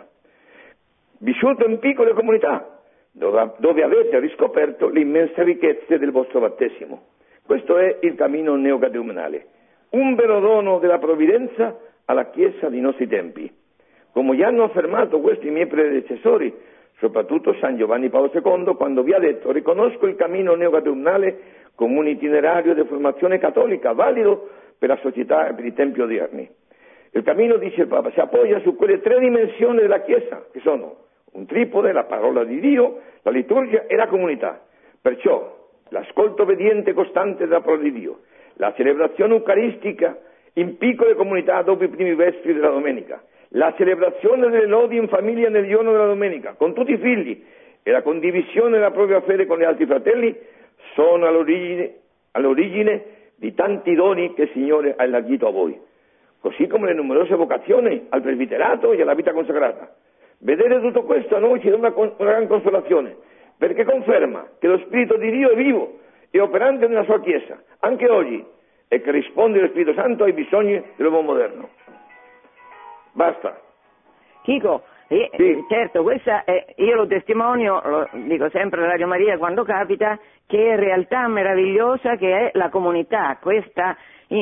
Speaker 3: vissuto in piccole comunità, dove avete riscoperto le immense ricchezze del vostro battesimo. Questo è il cammino neocatecumenale, un vero dono della provvidenza alla Chiesa dei nostri tempi. Come già hanno affermato questi miei predecessori, soprattutto San Giovanni Paolo II, quando vi ha detto riconosco il cammino neocatecumenale come un itinerario di formazione cattolica valido per la società e per i tempi odierni. Il cammino, dice il Papa, si appoggia su quelle 3 dimensioni della Chiesa, che sono un tripode, la parola di Dio, la liturgia e la comunità. Perciò l'ascolto obbediente e costante della parola di Dio, la celebrazione eucaristica in piccole comunità dopo i primi vespri della domenica, la celebrazione delle lodi in famiglia nel giorno della domenica, con tutti i figli, e la condivisione della propria fede con gli altri fratelli sono all'origine di tanti doni che il Signore ha elargito a voi, così come le numerose vocazioni al presbiterato e alla vita consacrata. Vedere tutto questo a noi ci dà una gran consolazione, perché conferma che lo Spirito di Dio è vivo e operante nella sua Chiesa, anche oggi, e che risponde lo Spirito Santo ai bisogni dell'uomo moderno. Basta,
Speaker 2: Chico,
Speaker 3: Sì.
Speaker 2: certo, questa io lo testimonio, lo dico sempre a Radio Maria quando capita, che è realtà meravigliosa che è la comunità, questa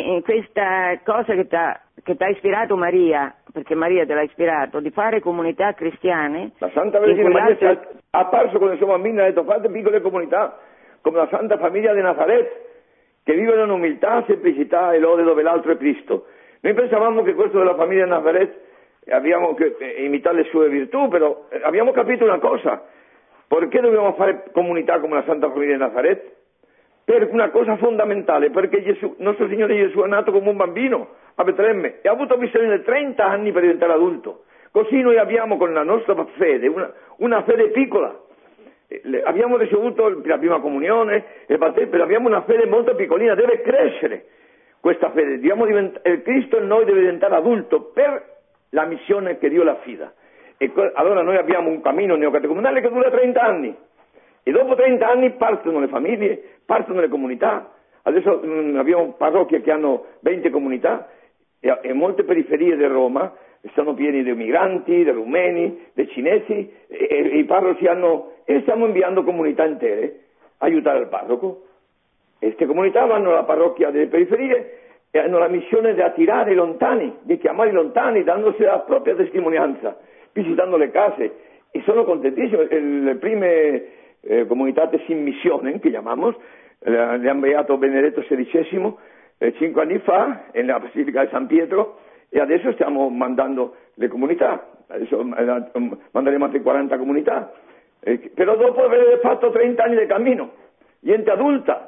Speaker 2: cosa che t'ha ispirato Maria, perché Maria te l'ha ispirato, di fare comunità cristiane.
Speaker 3: La Santa Vergine Maria è apparso con il suo bambino e ha detto fate piccole comunità, come la Santa Famiglia di Nazaret, che vivono in umiltà, semplicità e lode dove l'altro è Cristo. Noi pensavamo che questo della famiglia di Nazaret abbiamo che imitare le sue virtù, però abbiamo capito una cosa: perché dobbiamo fare comunità come la Santa Famiglia di Nazaret? Per una cosa fondamentale, perché nostro Signore Gesù è nato come un bambino a Betlemme e ha avuto bisogno di 30 anni per diventare adulto. Così noi abbiamo con la nostra fede una fede piccola. Abbiamo ricevuto la prima comunione, il battesimo, però abbiamo una fede molto piccolina, deve crescere questa fede. Il Cristo in noi deve diventare adulto per la missione che Dio le affida. E allora noi abbiamo un cammino neocatecumenale che dura 30 anni. E dopo 30 anni partono le famiglie, partono le comunità. Adesso abbiamo parrocchie che hanno 20 comunità e molte periferie di Roma sono piene di migranti, di rumeni, di cinesi e i parroci e stiamo inviando comunità intere a aiutare il parroco. E queste comunità vanno alla parrocchia delle periferie e hanno la missione di attirare i lontani, di chiamare i lontani, dandosi la propria testimonianza, visitando le case. E sono contentissimo. Le prime comunitate in missione, che chiamiamo, le ha inviato Benedetto XVI 5 anni fa nella Basilica di San Pietro e adesso stiamo mandando le comunità, adesso manderemo altre 40 comunità, però dopo aver fatto 30 anni di cammino, gente adulta.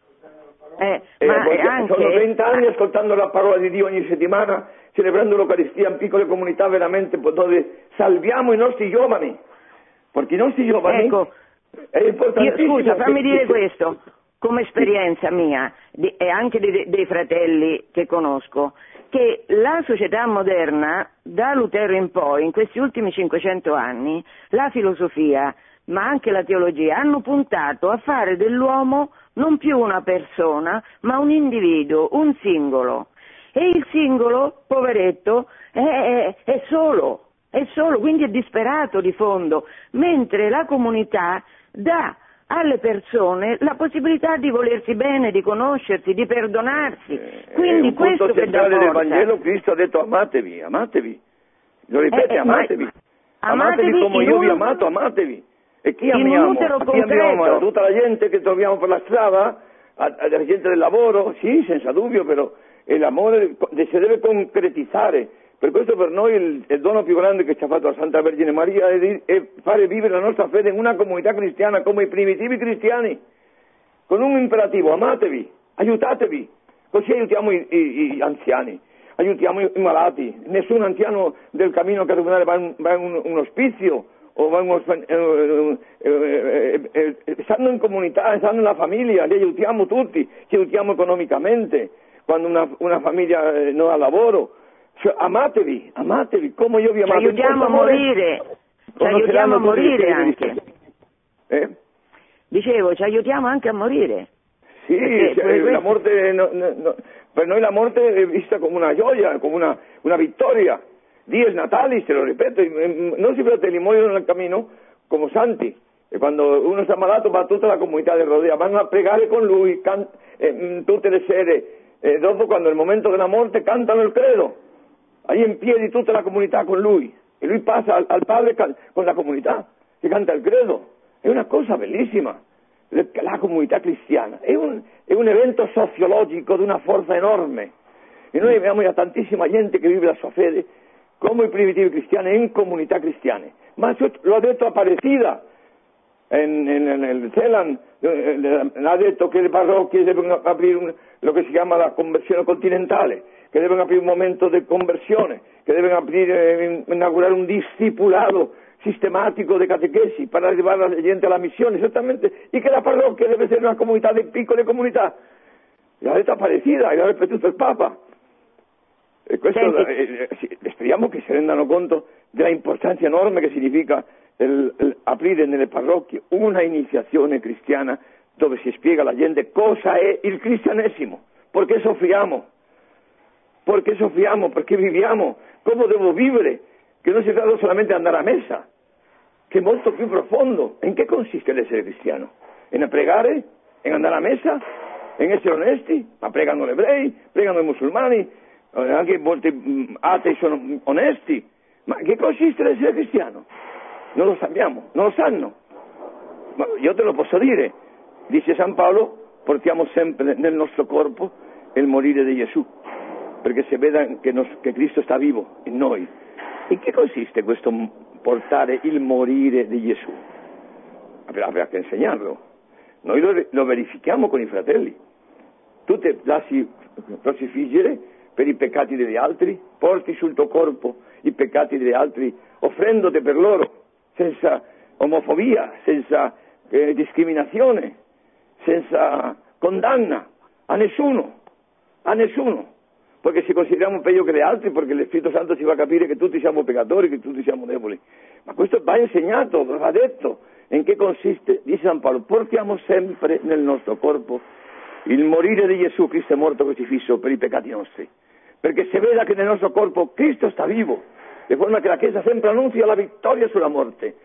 Speaker 2: Anche...
Speaker 3: Sono 30 anni ascoltando la parola di Dio ogni settimana, celebrando l'Eucaristia in piccole comunità veramente dove salviamo i nostri giovani, perché i nostri giovani...
Speaker 2: Ecco. Scusa, fammi dire questo, come esperienza mia e anche dei fratelli che conosco, che la società moderna, da Lutero in poi, in questi ultimi 500 anni, la filosofia, ma anche la teologia, hanno puntato a fare dell'uomo non più una persona, ma un individuo, un singolo. E il singolo, poveretto, è solo, quindi è disperato di fondo, mentre la comunità dà alle persone la possibilità di volersi bene, di conoscersi, di perdonarsi. Quindi
Speaker 3: un punto
Speaker 2: questo che dà
Speaker 3: centrale del
Speaker 2: forza.
Speaker 3: Vangelo, Cristo ha detto amatevi, lo ripete, amatevi come io vi ho amato, amatevi. E chi amiamo? Chi amiamo? Tutta la gente che troviamo per la strada, la gente del lavoro, sì, senza dubbio, però l'amore si deve concretizzare. Per questo per noi il dono più grande che ci ha fatto la Santa Vergine Maria è fare vivere la nostra fede in una comunità cristiana come i primitivi cristiani, con un imperativo: amatevi, aiutatevi, così aiutiamo gli anziani, aiutiamo i malati. Nessun anziano del cammino catecumenale va in un ospizio o va stanno in comunità, stanno nella famiglia, li aiutiamo tutti, ci aiutiamo economicamente quando una famiglia non ha lavoro. Cioè, amatevi come io vi ho amato.
Speaker 2: Ci aiutiamo a morire, anche. Dicevo, ci aiutiamo anche a morire.
Speaker 3: Sì, la morte, per noi la morte è vista come una gioia, come una vittoria. Dies natalis, te lo ripeto, i nostri fratelli muoiono nel cammino come santi. E quando uno sta malato va tutta la comunità del rodea, vanno a pregare con lui tutte le sere. E dopo, quando è il momento della morte, cantano il credo. Ahí in piedi tutta la comunità con lui, e lui passa al Padre con la comunità, che canta il credo. È una cosa bellissima. La comunità cristiana è un evento sociologico di una forza enorme. E noi abbiamo già tantissima gente che vive la sua fede come i primitivi cristiani in comunità cristiane. Ma lo ha detto Aparecida nel Celan, ha detto che le parrocchie devono aprire lo che si chiama la conversione continentale, che devono aprire un momento di conversione, che devono inaugurare un discipulado sistematico di catechesi per arrivare la gente alla missione, esattamente, e che la parrocchia deve essere una comunità di piccole comunità. L'ha detto Aparecida e l'ha ripetuto il Papa. E questo speriamo che si rendano conto della importanza enorme che significa aprire nelle parrocchie una iniziazione cristiana dove si spiega alla gente cosa è il cristianesimo, perché soffriamo, perché viviamo, come devo vivere che non si tratta solamente di andare a messa, che è molto più profondo. In che consiste l'essere cristiano? In pregare? In andare a messa? In essere onesti? Ma pregano gli ebrei, pregano i musulmani, anche molti atei sono onesti. Ma in che consiste l'essere cristiano? Non lo sappiamo, non lo sanno. Ma io te lo posso dire, dice San Paolo, portiamo sempre nel nostro corpo il morire di Gesù, perché si veda che Cristo sta vivo in noi. In che consiste questo portare il morire di Gesù? Avrà che insegnarlo. Noi lo verifichiamo con i fratelli. Tu ti lasci crocifiggere per i peccati degli altri, porti sul tuo corpo i peccati degli altri, offrendoti per loro, senza omofobia, senza discriminazione, senza condanna a nessuno, perché ci consideriamo peggio che gli altri, perché lo Spirito Santo ci fa capire che tutti siamo peccatori, che tutti siamo deboli. Ma questo va insegnato, va detto. In che consiste? Dice San Paolo, portiamo sempre nel nostro corpo il morire di Gesù. Cristo è morto crocifisso per i peccati nostri, perché si veda che nel nostro corpo Cristo sta vivo, di forma che la Chiesa sempre annunzia la vittoria sulla morte.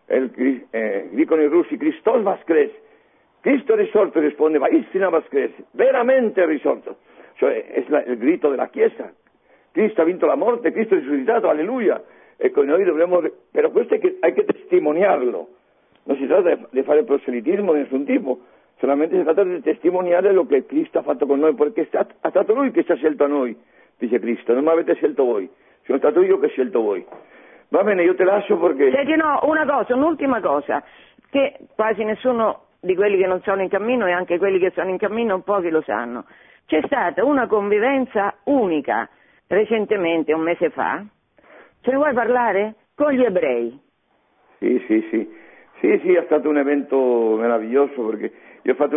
Speaker 3: Dicono i russi, Christos Vaskres, Cristo è risorto, risponde, Vaistina Vaskres, veramente è risorto. Cioè è il grido della Chiesa. Cristo ha vinto la morte, Cristo è risuscitato, alleluia. Ecco, noi dovremmo, però questo hay che testimoniarlo. Non si tratta di fare proselitismo di nessun tipo, solamente si tratta di testimoniare lo che Cristo ha fatto con noi, perché è stato Lui che ci ha scelto a noi, dice Cristo, non mi avete scelto voi, sono stato io che ho scelto voi. Va bene, io te lascio perché...
Speaker 2: Senti, no, un'ultima cosa, che quasi nessuno di quelli che non sono in cammino e anche quelli che sono in cammino pochi lo sanno. C'è stata una convivenza unica recentemente, un mese fa, ce ne vuoi parlare? Con gli ebrei.
Speaker 3: Sì, è stato un evento meraviglioso, perché io ho fatto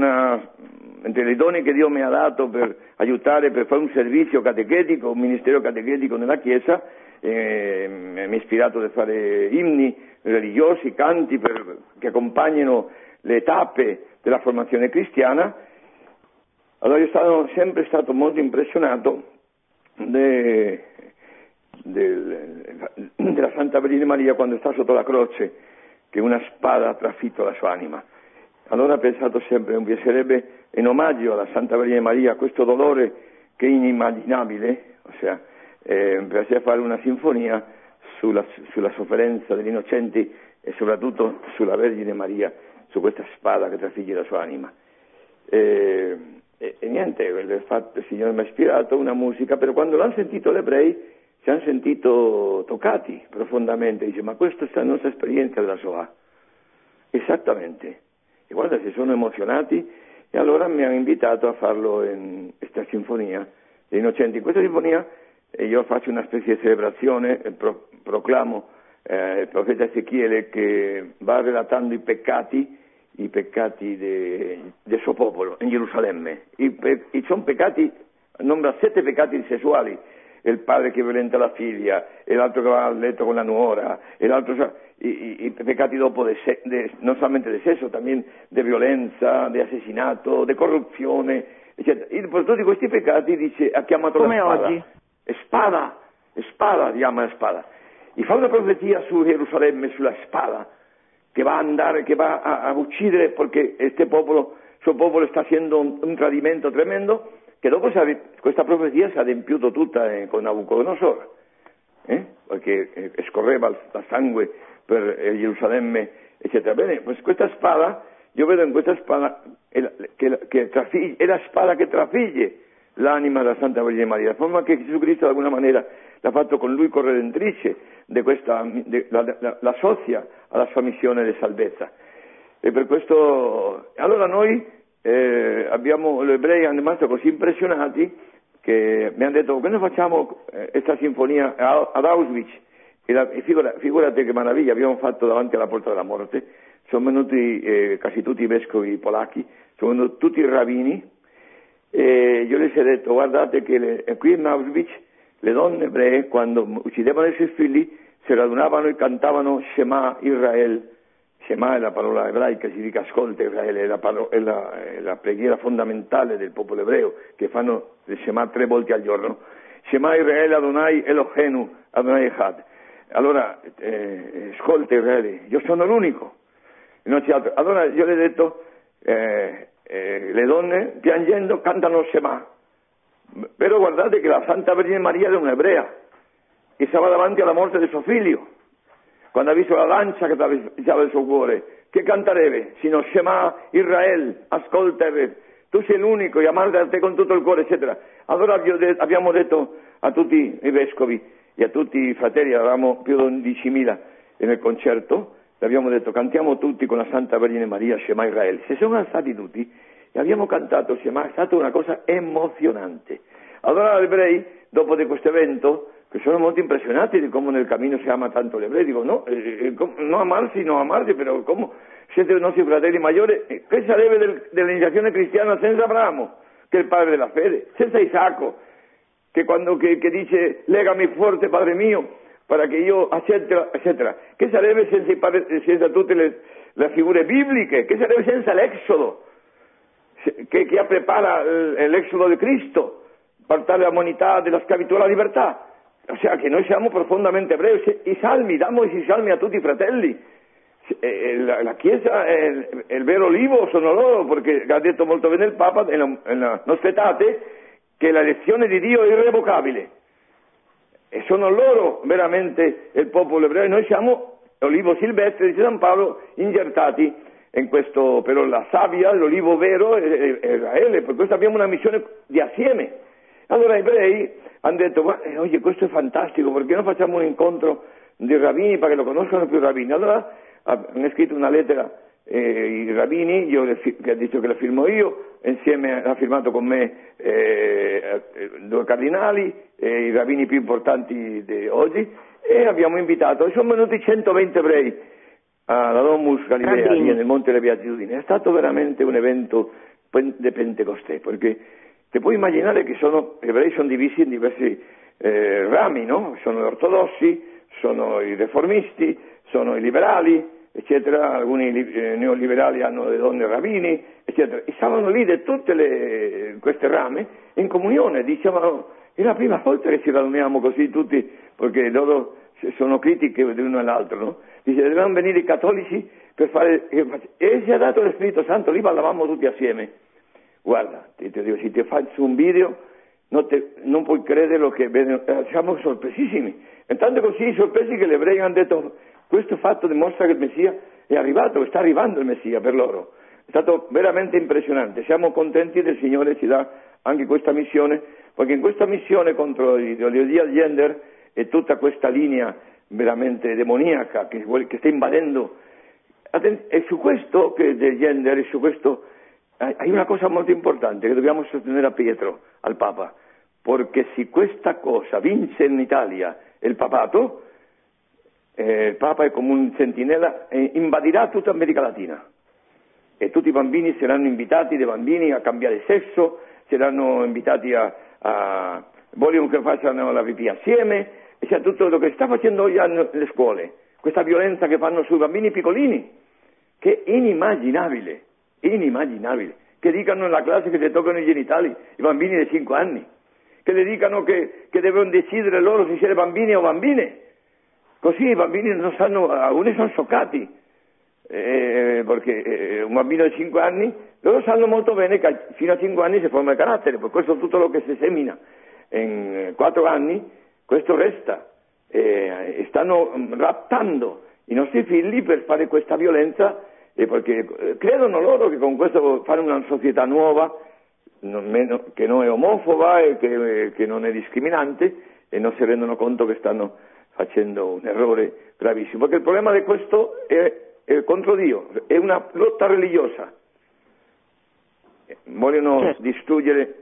Speaker 3: entre i doni che Dio mi ha dato per aiutare, per fare un servizio catechetico, un ministero catechetico nella Chiesa, mi ha ispirato a fare inni religiosi, canti che accompagnino le tappe della formazione cristiana. Allora io sono sempre stato molto impressionato della Santa Vergine Maria quando sta sotto la croce, che una spada ha trafitto la sua anima. Allora ho pensato sempre, mi piacerebbe in omaggio alla Santa Vergine Maria, questo dolore che è inimmaginabile, ossia mi piace fare una sinfonia sulla sofferenza degli innocenti e soprattutto sulla Vergine Maria, su questa spada che trafigge la sua anima. E niente, il Signore mi ha ispirato una musica, però quando l'hanno sentito gli ebrei si hanno sentito toccati profondamente, dice, ma questa è la nostra esperienza della Shoah. Esattamente. E guarda, si sono emozionati e allora mi hanno invitato a farlo in questa sinfonia degli innocenti. In questa sinfonia io faccio una specie di celebrazione, proclamo il profeta Ezechiele che va relatando i peccati del suo popolo in Gerusalemme. Sono peccati, nombra 7 peccati sessuali, il padre che violenta la figlia, e l'altro che va a letto con la nuora, e l'altro, i peccati dopo non solamente di sesso, también di violenza, di assassinato, di corruzione, eccetera. E per tutti questi peccati dice, ha chiamato
Speaker 2: come
Speaker 3: la spada.
Speaker 2: oggi.
Speaker 3: Spada, chiama la spada. E fa una profezia su Gerusalemme, sulla spada, che va a uccidere, perché suo popolo sta facendo un tradimento tremendo, che dopo questa profezia si è adempiuta tutta con Nabucodonosor, perché scorreva il sangue per Gerusalemme, eccetera. Bene, pues questa spada, io vedo in questa spada che trafigge, è la spada che trafigge l'anima della Santa Vergine Maria, la forma che Gesù Cristo di alguna maniera l'ha fatto con lui corredentrice la associa alla sua missione di salvezza. E per questo, allora noi gli ebrei hanno rimasto così impressionati che mi hanno detto, quando facciamo questa sinfonia ad Auschwitz? E figurate che meraviglia abbiamo fatto davanti alla porta della morte. Sono venuti quasi tutti i vescovi polacchi, sono venuti tutti i rabbini, e io gli ho detto, guardate che qui in Auschwitz le donne ebree, quando uccidevano i suoi figli, si radunavano e cantavano Shema Israel. Shema è la parola ebraica, significa ascolta Israele, è la preghiera fondamentale del popolo ebreo, che fanno il Shema 3 volte al giorno. Shema Israel Adonai Elohenu, Adonai Echad. allora, ascolta Israele, io sono l'unico, non c'è altro. Allora io le ho detto, le donne piangendo cantano Shema, però guardate che la Santa Vergine Maria era un'ebrea, che stava davanti alla morte di suo figlio, quando ha visto la lancia che dava il suo cuore, che canterebbe? Sino Shema Israel, ascolta, tu sei l'unico, e amare a te con tutto il cuore, eccetera. Allora abbiamo detto a tutti i vescovi e a tutti i fratelli, eravamo più di 11.000 nel concerto, abbiamo detto cantiamo tutti con la Santa Vergine Maria Shema Israel. Si sono alzati tutti e abbiamo cantato Shema, è stata una cosa emozionante. Allora gli ebrei, dopo di questo evento, che sono molto impressionati di come nel cammino si ama tanto l'ebreo, dico no, non amarsi, però come siete i nostri fratelli maggiori, che sarebbe dell'iniziazione cristiana senza Abramo, che è il padre della fede, senza Isacco, che quando che dice legami forte Padre mio, para che io eccetera, eccetera, che sarebbe senza tutte le figure bibliche, che sarebbe senza l'Exodo, che prepara l'Exodo di Cristo, portare l'umanità dalla schiavitù alla libertà. O sea che noi siamo profondamente ebrei, i salmi, diamo i salmi a tutti i fratelli, la Chiesa è il vero olivo, sono loro, perché ha detto molto bene il Papa nella nostra etate che la lezione di Dio è irrevocabile, e sono loro veramente il popolo ebreo, e noi siamo olivo silvestre, dice San Paolo, ingertati in questo, però la savia, l'olivo vero è Israele, per questo abbiamo una missione di assieme. Allora gli ebrei hanno detto, oye, questo è fantastico, perché non facciamo un incontro di rabbini perché lo conoscono più rabbini? Allora hanno scritto una lettera i rabbini, che ha detto che la firmo io, insieme ha firmato con me 2 cardinali, i rabbini più importanti di oggi, e abbiamo invitato, sono venuti 120 ebrei alla Domus Galilea, nel Monte delle Beatitudini. È stato veramente un evento di Pentecostè, perché ti puoi immaginare che gli ebrei sono divisi in diversi rami, no? Sono gli ortodossi, sono i riformisti, sono i liberali, eccetera, alcuni neoliberali hanno le donne rabbini, eccetera, e stavano lì di tutte queste rame in comunione, dicevano, è la prima volta che ci riuniamo così tutti, perché loro sono critiche di uno all'altro, no? Dice, dovevano venire i cattolici per fare, e si è dato lo Spirito Santo, lì ballavamo tutti assieme. Guarda, ti dico, se ti faccio un video non puoi credere lo che siamo sorpresissimi. Intanto così sorpresi che gli ebrei hanno detto, questo fatto dimostra che il Messia è arrivato, sta arrivando il Messia per loro. È stato veramente impressionante. Siamo contenti del Signore ci dà anche questa missione, perché in questa missione contro l'ideologia gender e tutta questa linea veramente demoniaca che sta invadendo, e su questo del gender, e su questo hay una cosa molto importante che dobbiamo sostenere a Pietro, al Papa, perché se questa cosa vince in Italia il papato, il Papa è come un sentinella e invadirà tutta America Latina, e tutti i bambini saranno invitati, dei bambini a cambiare sesso, saranno invitati vogliono che facciano la pipì assieme, e c'è tutto quello che sta facendo oggi nelle scuole, questa violenza che fanno sui bambini piccolini, che è inimmaginabile, che dicano nella classe che si toccano i genitali, i bambini di 5 anni, che le dicano che devono decidere loro se siete bambini o bambine, così i bambini non sanno, alcuni sono scioccati, perché un bambino di 5 anni, loro sanno molto bene che fino a 5 anni si forma il carattere, per questo tutto lo che si semina in 4 anni, questo resta, e stanno raptando i nostri figli per fare questa violenza, perché credono loro che con questo fare una società nuova, che non è omofoba e che non è discriminante, e non si rendono conto che stanno facendo un errore gravissimo, perché il problema di questo è contro Dio, è una lotta religiosa. Vogliono distruggere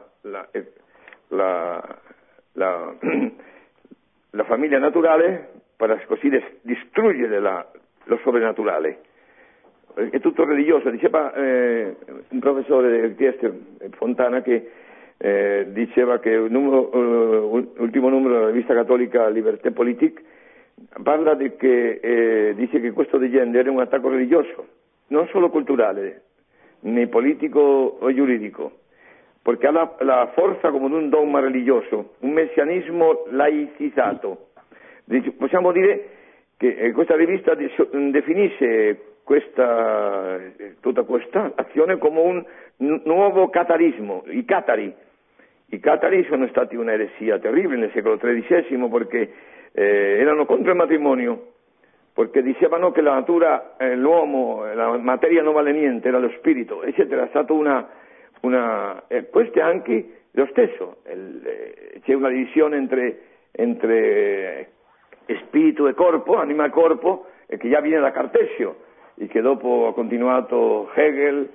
Speaker 3: la famiglia naturale per così distruggere lo soprannaturale. È tutto religioso. Diceva un professore del Trieste, Fontana, che diceva che l'ultimo numero della rivista cattolica Liberté Politique parla di che dice che questo di gender è un attacco religioso, non solo culturale, né politico o giuridico, perché ha la forza come un dogma religioso, un messianismo laicizzato. Possiamo dire che questa rivista definisce tutta questa azione come un nuovo catarismo. I catari sono stati un'eresia terribile nel secolo XIII perché erano contro il matrimonio, perché dicevano che la natura, l'uomo, la materia non vale niente, era lo spirito, eccetera. È stato questo è anche lo stesso, c'è una divisione entre spirito e corpo, anima e corpo, che già viene da Cartesio, e che dopo ha continuato Hegel,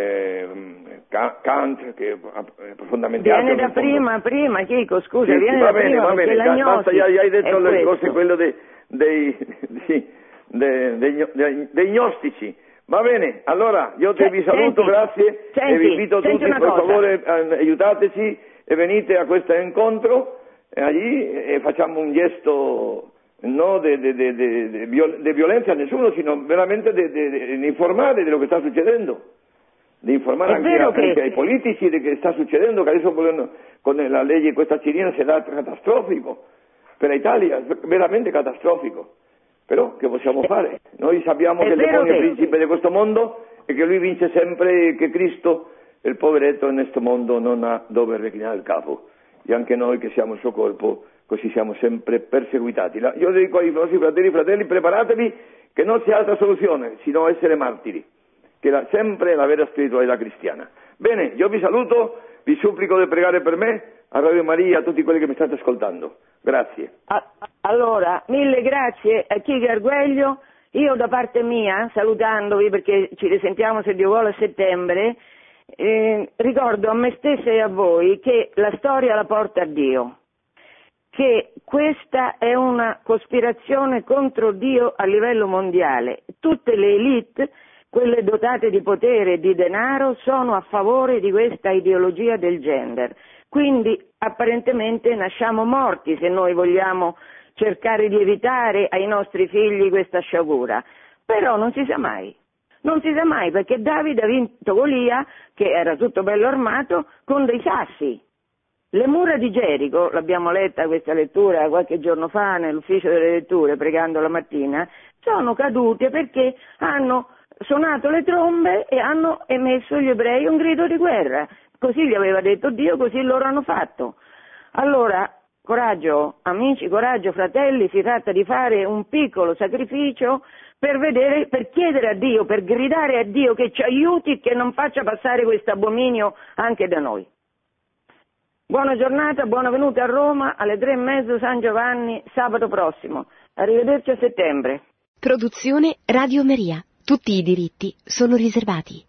Speaker 3: Kant, che è profondamente
Speaker 2: viene da prima, Chico, scusa,
Speaker 3: sì,
Speaker 2: viene
Speaker 3: va
Speaker 2: da
Speaker 3: bene,
Speaker 2: prima,
Speaker 3: va bene, basta, già hai detto le cose, quello dei gnostici. Va bene, allora io vi saluto, grazie, e vi invito tutti, per favore, aiutateci e venite a questo incontro allì e facciamo un gesto non di violenza a nessuno, sino veramente di informare di quello che sta succedendo, di informare anche ai politici di che sta succedendo, che adesso con la legge questa cilena sarà catastrofico per l'Italia, veramente catastrofico. Però che possiamo fare? Noi sappiamo che il demonio è il principe di questo mondo e che lui vince sempre, che Cristo, il poveretto in questo mondo, non ha dove reclinare il capo. E anche noi che siamo il suo corpo, così siamo sempre perseguitati. Io dico ai nostri fratelli, preparatevi che non c'è altra soluzione, sino essere martiri, che sempre la vera spiritualità cristiana. Bene, io vi saluto, vi supplico di pregare per me, a Radio Maria, a tutti quelli che mi state ascoltando. Grazie.
Speaker 2: Allora, mille grazie a Chico Arguello. Io da parte mia, salutandovi perché ci risentiamo se Dio vuole a settembre, ricordo a me stessa e a voi che la storia la porta a Dio, che questa è una cospirazione contro Dio a livello mondiale. Tutte le elite, quelle dotate di potere e di denaro, sono a favore di questa ideologia del gender. Quindi apparentemente nasciamo morti se noi vogliamo cercare di evitare ai nostri figli questa sciagura. Però non si sa mai perché Davide ha vinto Golia, che era tutto bello armato, con dei sassi. Le mura di Gerico, l'abbiamo letta questa lettura qualche giorno fa nell'ufficio delle letture, pregando la mattina, sono cadute perché hanno suonato le trombe e hanno emesso gli ebrei un grido di guerra. Così gli aveva detto Dio, così loro hanno fatto. Allora, coraggio, amici, coraggio, fratelli, si tratta di fare un piccolo sacrificio per chiedere a Dio, per gridare a Dio che ci aiuti e che non faccia passare questo abominio anche da noi. Buona giornata, buona venuta a Roma alle 3:30 San Giovanni, sabato prossimo. Arrivederci a settembre.
Speaker 1: Produzione Radio Maria. Tutti i diritti sono riservati.